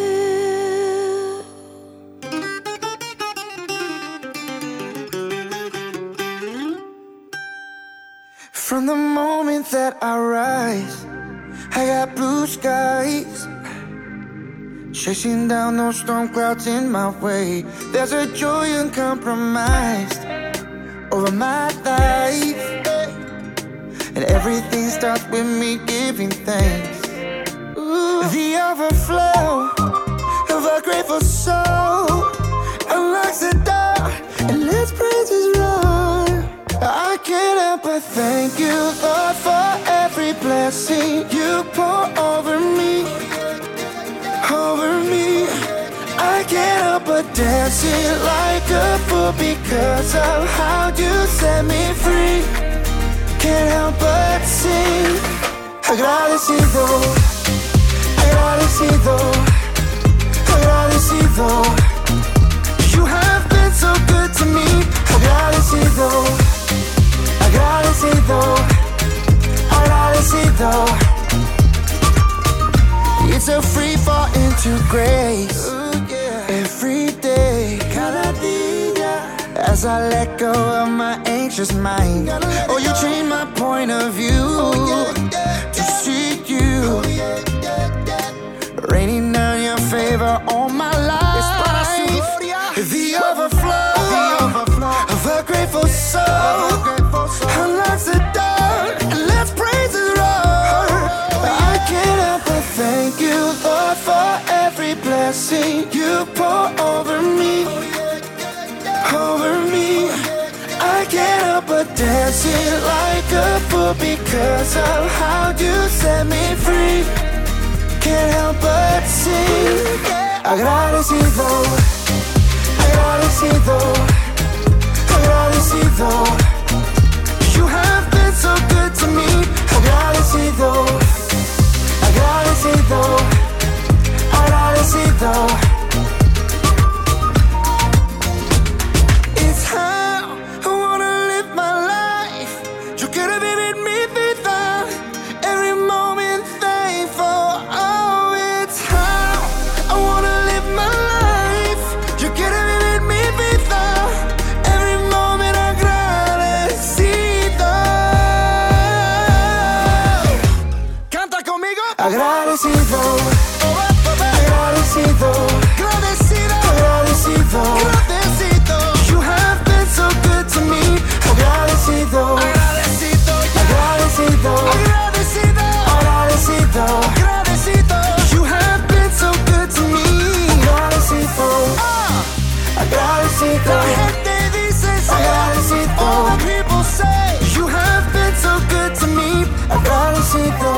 From the moment that I rise, I got blue skies. Chasing down those storm clouds in my way. There's a joy uncompromised over my life. And everything starts with me giving thanks. Ooh. The overflow of a grateful soul unlocks the door and lets praises roll. I can't help but thank you, Lord, for every blessing you pour over me, over me. I can't help but dancing like a fool because of how you set me free. Can't help but sing. Agradecido, agradecido, agradecido. You have been so good to me. Agradecido, agradecido, agradecido. It's a free fall into grace. Every day, cada día. As I let go of my anxious mind. Oh, you changed my point of view to see you. Raining down your favor on my life. The overflow of a grateful soul unlocks the door and lets praises roll. I can't help but thank you, Lord, for every blessing you pour over me, over me. I can't help but dancing like a fool because of how you set me free. Can't help but sing. Agradecido, agradecido, agradecido. You have been so good to me. Agradecido, agradecido, agradecido. It's how I wanna live my life. You could have made me vida. Every moment thankful. Oh, it's how I wanna live my life. You could have made me vida. Every moment agradecido. Canta conmigo. Agradecido, agradecido, agradecido, agradecido, agradecido. You have been so good to me. Agradecido, agradecido, agradecido, agradecido, agradecido, agradecido. You have been so good to me. Agradecido, agradecido. La gente dice agradecido. All the people say you have been so good to me. Agradecido,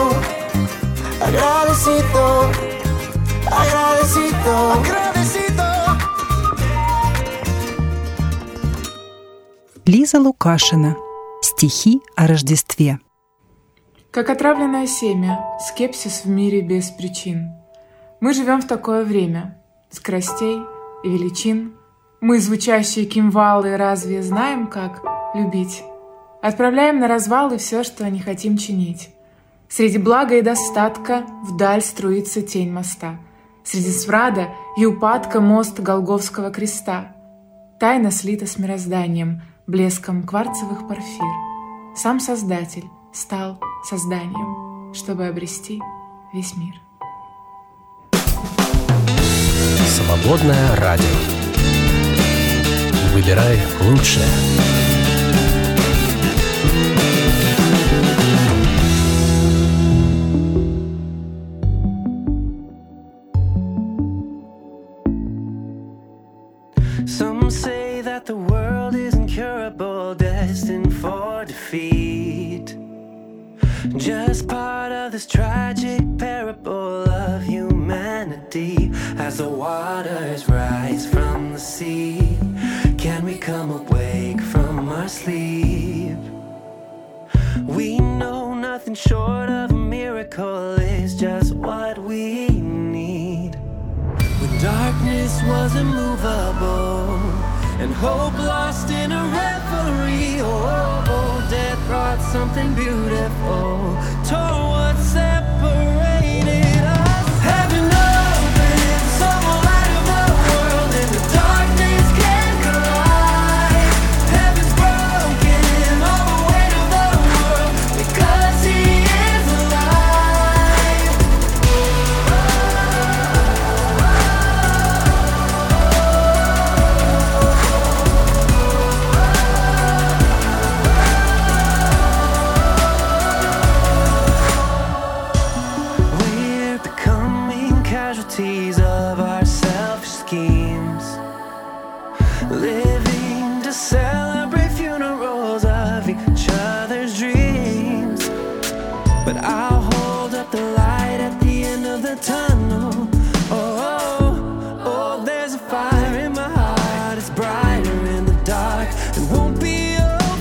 agradecido, agradecido, agradecido. Лиза Лукашина. Стихи о Рождестве. Как отравленное семя, скепсис в мире без причин. Мы живем в такое время, скоростей и величин. Мы, звучащие кимвалы, разве знаем, как любить? Отправляем на развалы все, что не хотим чинить. Среди блага и достатка вдаль струится тень моста. Среди смрада и упадка мост Голгофского креста. Тайна слита с мирозданием, блеском кварцевых порфир. Сам Создатель стал созданием, чтобы обрести весь мир. Свободное радио. Выбирай лучшее. Some say that the world is incurable, destined for defeat. Just part of this tragic parable of humanity. As the waters rise from the sea, can we come awake from our sleep? We know nothing short of a miracle is just what we need. When darkness was immovable and hope lost in a reverie, oh, death brought something beautiful, tore what separated us. Heaven opened, some light of the world, and the darkness can collide. Heaven's broken, all the weight of the world, because He is alive. We're becoming casualties of our selfish schemes, living to celebrate funerals of each other's dreams. But I'll hold up the light at the end of the tunnel. Oh, there's a fire in my heart. It's brighter in the dark and won't be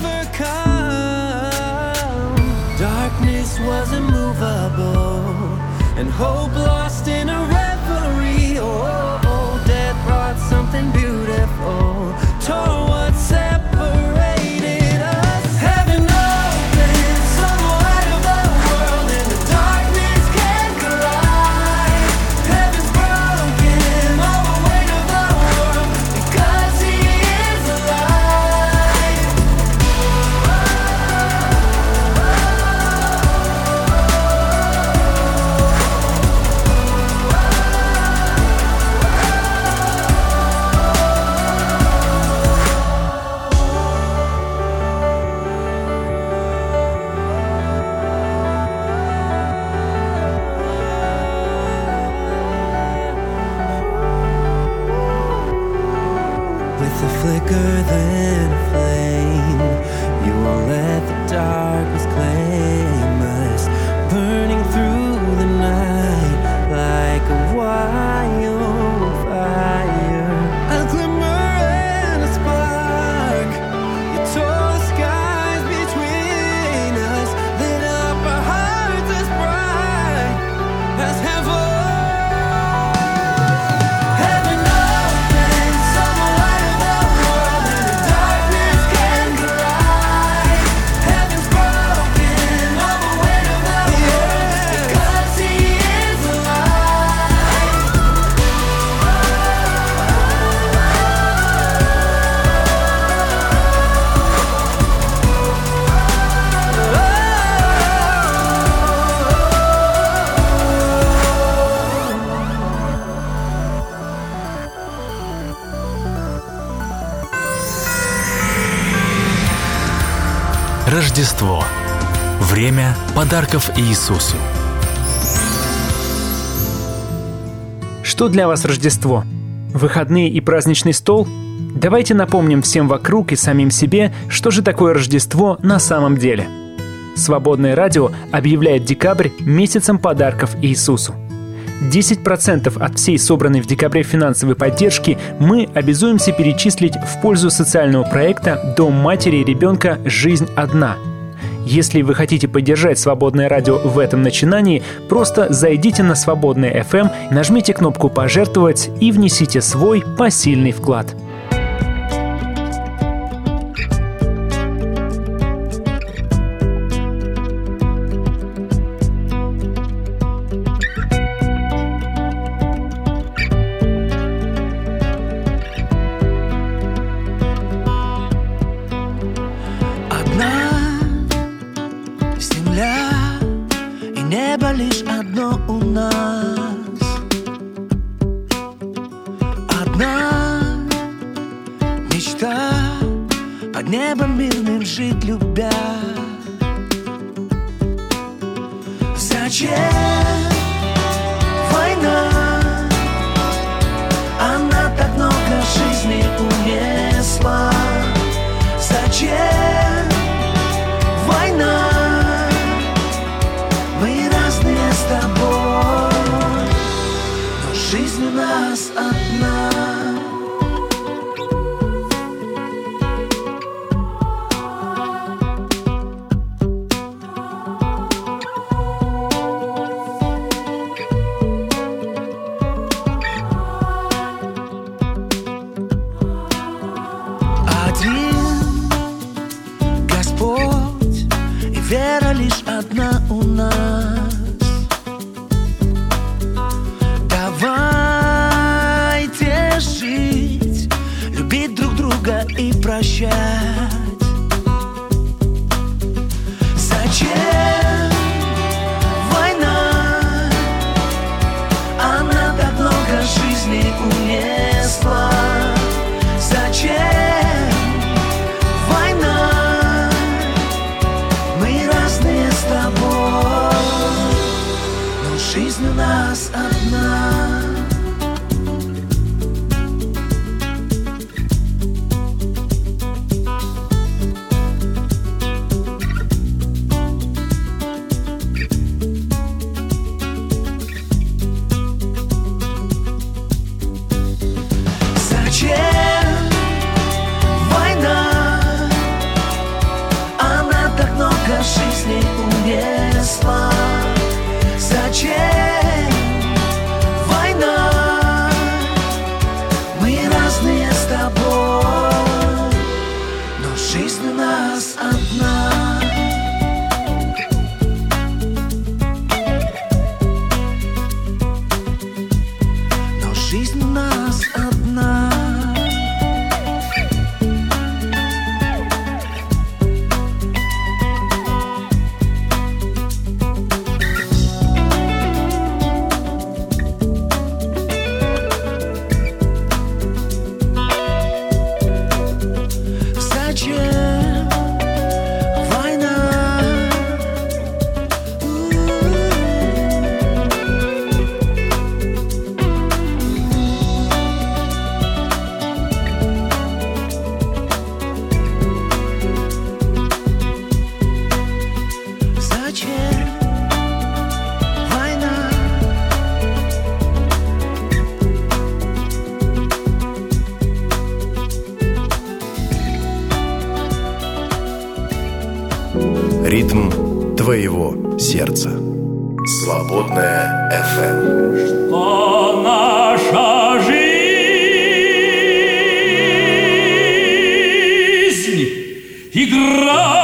overcome. Darkness was immovable and hope lost in a reverie. Oh, death brought something beautiful, tore what separated us. Heaven opened, some light of the world, and the darkness can collide. Heaven's broken, all the weight of the world, because He is alive. With a flicker, then a flame, you won't let the darkness claim us, burning through the night like a wildfire. A glimmer and a spark, you tore the skies between us, lit up our hearts as bright as heaven. Heaven opened, some light of the world, and the darkness can collide. Heaven's broken, all the weight of the world, because He is alive. Рождество. Время подарков Иисусу. Что для вас Рождество? Выходные и праздничный стол? Давайте напомним всем вокруг и самим себе, что же такое Рождество на самом деле. Свободное радио объявляет декабрь месяцем подарков Иисусу. 10% от всей собранной в декабре финансовой поддержки мы обязуемся перечислить в пользу социального проекта «Дом матери и ребенка. Жизнь одна». Если вы хотите поддержать «Свободное радио» в этом начинании, просто зайдите на «Свободное FM», нажмите кнопку «Пожертвовать» и внесите свой посильный вклад. Ритм твоего сердца. Свободное FM. Что наша жизнь игра.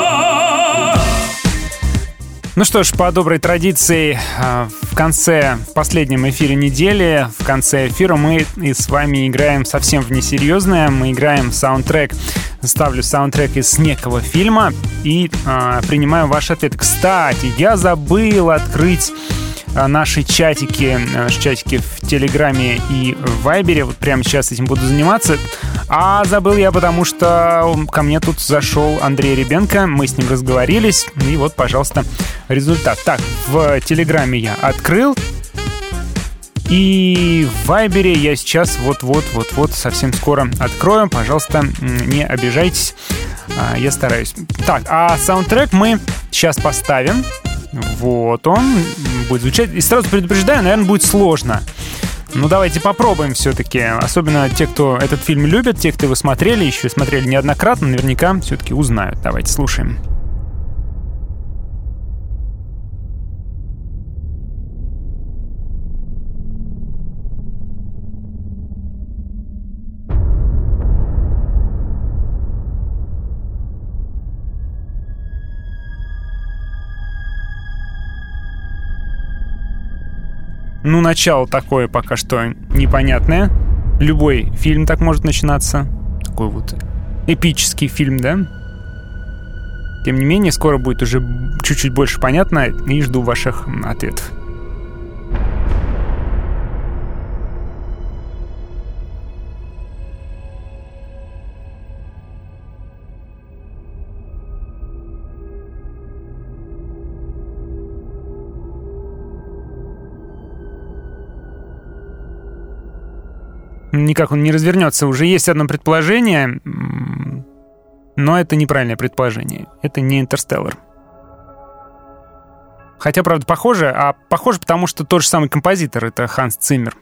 Ну что ж, по доброй традиции, в последнем эфире недели, в конце эфира мы и с вами играем совсем в несерьезное. Мы играем саундтрек. Ставлю саундтрек из некого фильма и принимаю ваш ответ. Кстати, я забыл открыть наши чатики в Телеграме и в Вайбере. Вот прямо сейчас этим буду заниматься. А забыл я, потому что ко мне тут зашел Андрей Ребенко. Мы с ним разговорились. И вот, пожалуйста, результат. Так, в Телеграме я открыл. И в Вайбере я сейчас вот совсем скоро открою. Пожалуйста, не обижайтесь. Я стараюсь. Так, а саундтрек мы сейчас поставим. Вот он будет звучать. И сразу предупреждаю, наверное, будет сложно. Ну, давайте попробуем все-таки. Особенно те, кто этот фильм любит, те, кто его смотрели, еще и смотрели неоднократно, наверняка все-таки узнают. Давайте слушаем. Ну, начало такое пока что непонятное. Любой фильм так может начинаться. Такой вот эпический фильм, да? Тем не менее, скоро будет уже чуть-чуть больше понятно, и жду ваших ответов. Никак он не развернется. Уже есть одно предположение, но это неправильное предположение. Это не «Интерстеллар». Хотя, правда, похоже. А похоже, потому что тот же самый композитор — это Ханс Циммер.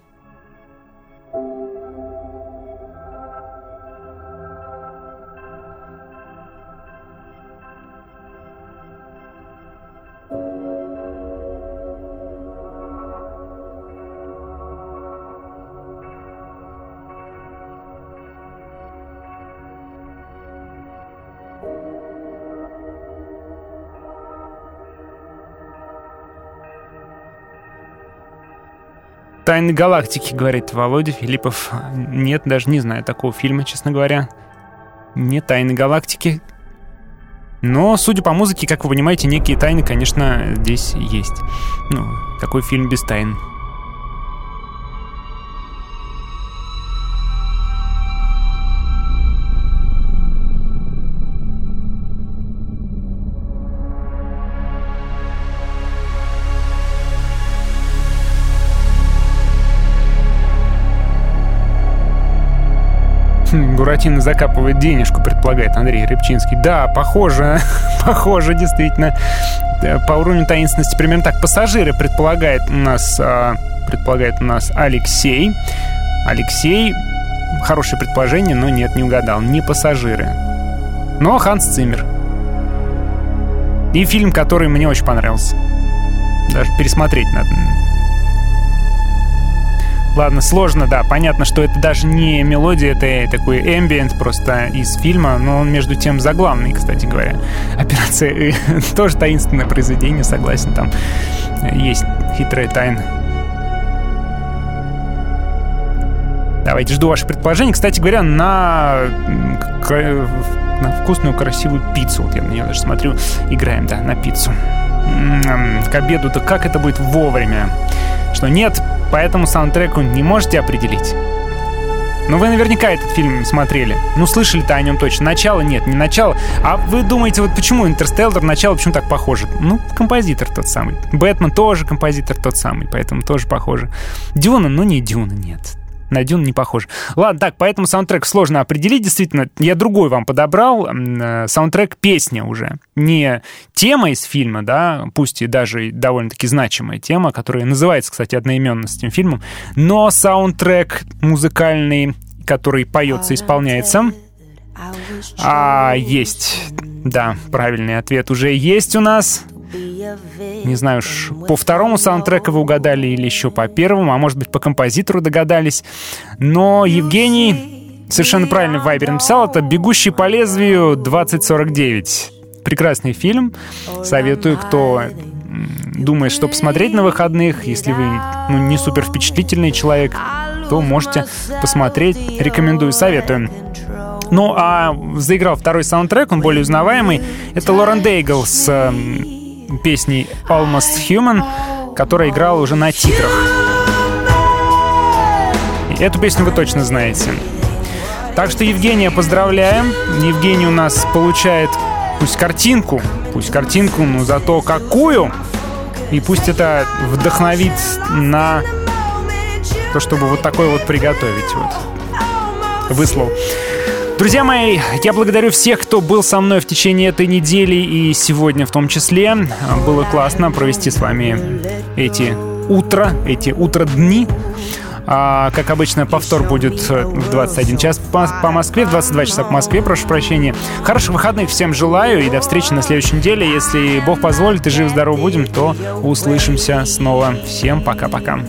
«Тайны галактики», говорит Володя Филиппов. Нет, даже не знаю такого фильма, честно говоря. Не «Тайны галактики». Но, судя по музыке, как вы понимаете, некие тайны, конечно, здесь есть. Ну, какой фильм без тайн? Буратино закапывает денежку, предполагает Андрей Рябчинский. Да, похоже, похоже, действительно. По уровню таинственности примерно так. Пассажиры предполагает у нас Алексей. Алексей, хорошее предположение, но нет, не угадал. Не пассажиры. Но Ханс Циммер. И фильм, который мне очень понравился. Даже пересмотреть надо. Ладно, сложно, да, понятно, что это даже не мелодия, это такой эмбиент просто из фильма, но он между тем заглавный, кстати говоря. «Операция тоже таинственное произведение, согласен, там есть хитрая тайна. Давайте, жду ваше предположение. Кстати говоря, на вкусную, красивую пиццу, вот я на нее даже смотрю, играем, да, на пиццу. К обеду-то как это будет вовремя? Что нет, по этому саундтреку не можете определить? Но вы наверняка этот фильм смотрели. Ну, слышали-то о нем точно. Начало нет, не начало. А вы думаете, вот почему «Интерстеллар», начало почему так похоже? Ну, композитор тот самый. «Бэтмен» тоже композитор тот самый, поэтому тоже похоже. «Дюна», ну не «Дюна», нет. На «Дюну» не похоже. Ладно, так, поэтому саундтрек сложно определить. Действительно, я другой вам подобрал. Саундтрек — песня уже. Не тема из фильма, да, пусть и даже довольно-таки значимая тема, которая называется, кстати, одноименно с этим фильмом, но саундтрек музыкальный, который поется, исполняется. Есть. Да, правильный ответ уже есть у нас. Не знаю уж, по второму саундтреку вы угадали или еще по первому, а может быть, по композитору догадались. Но Евгений совершенно правильно в Вайбере написал. Это «Бегущий по лезвию 2049». Прекрасный фильм. Советую, кто думает, что посмотреть на выходных. Если вы не супер впечатлительный человек, то можете посмотреть. Рекомендую, советую. Ну, а заиграл второй саундтрек, он более узнаваемый. Это Лорен Дейгл с песней «Almost Human», которая играла уже на титрах. И эту песню вы точно знаете. Так что Евгения поздравляем. Евгений у нас получает пусть картинку, но зато какую. И пусть это вдохновит на то, чтобы вот такое вот приготовить. Вот. Выслал. Друзья мои, я благодарю всех, кто был со мной в течение этой недели и сегодня в том числе. Было классно провести с вами эти утро-дни. Как обычно, повтор будет в 21 час по Москве, в 22 часа по Москве, прошу прощения. Хороших выходных всем желаю и до встречи на следующей неделе. Если Бог позволит и жив-здоров будем, то услышимся снова. Всем пока-пока.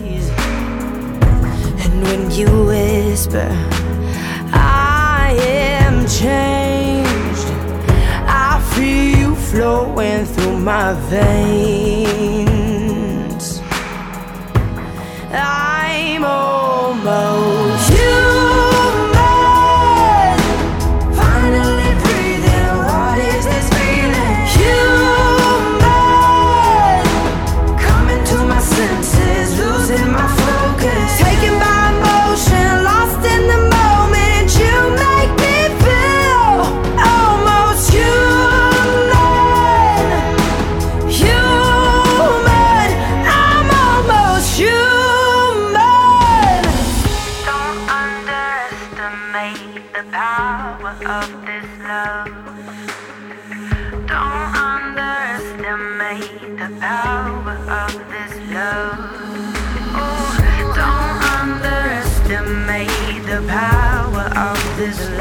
I'm almost human. Finally breathing. What is this feeling? Human. Coming to my senses, losing my focus. Taken by emotion, lost in the moment. You make me feel almost human. Human. I'm almost human. Of this love, don't underestimate the power of this love. Oh, don't underestimate the power of this love.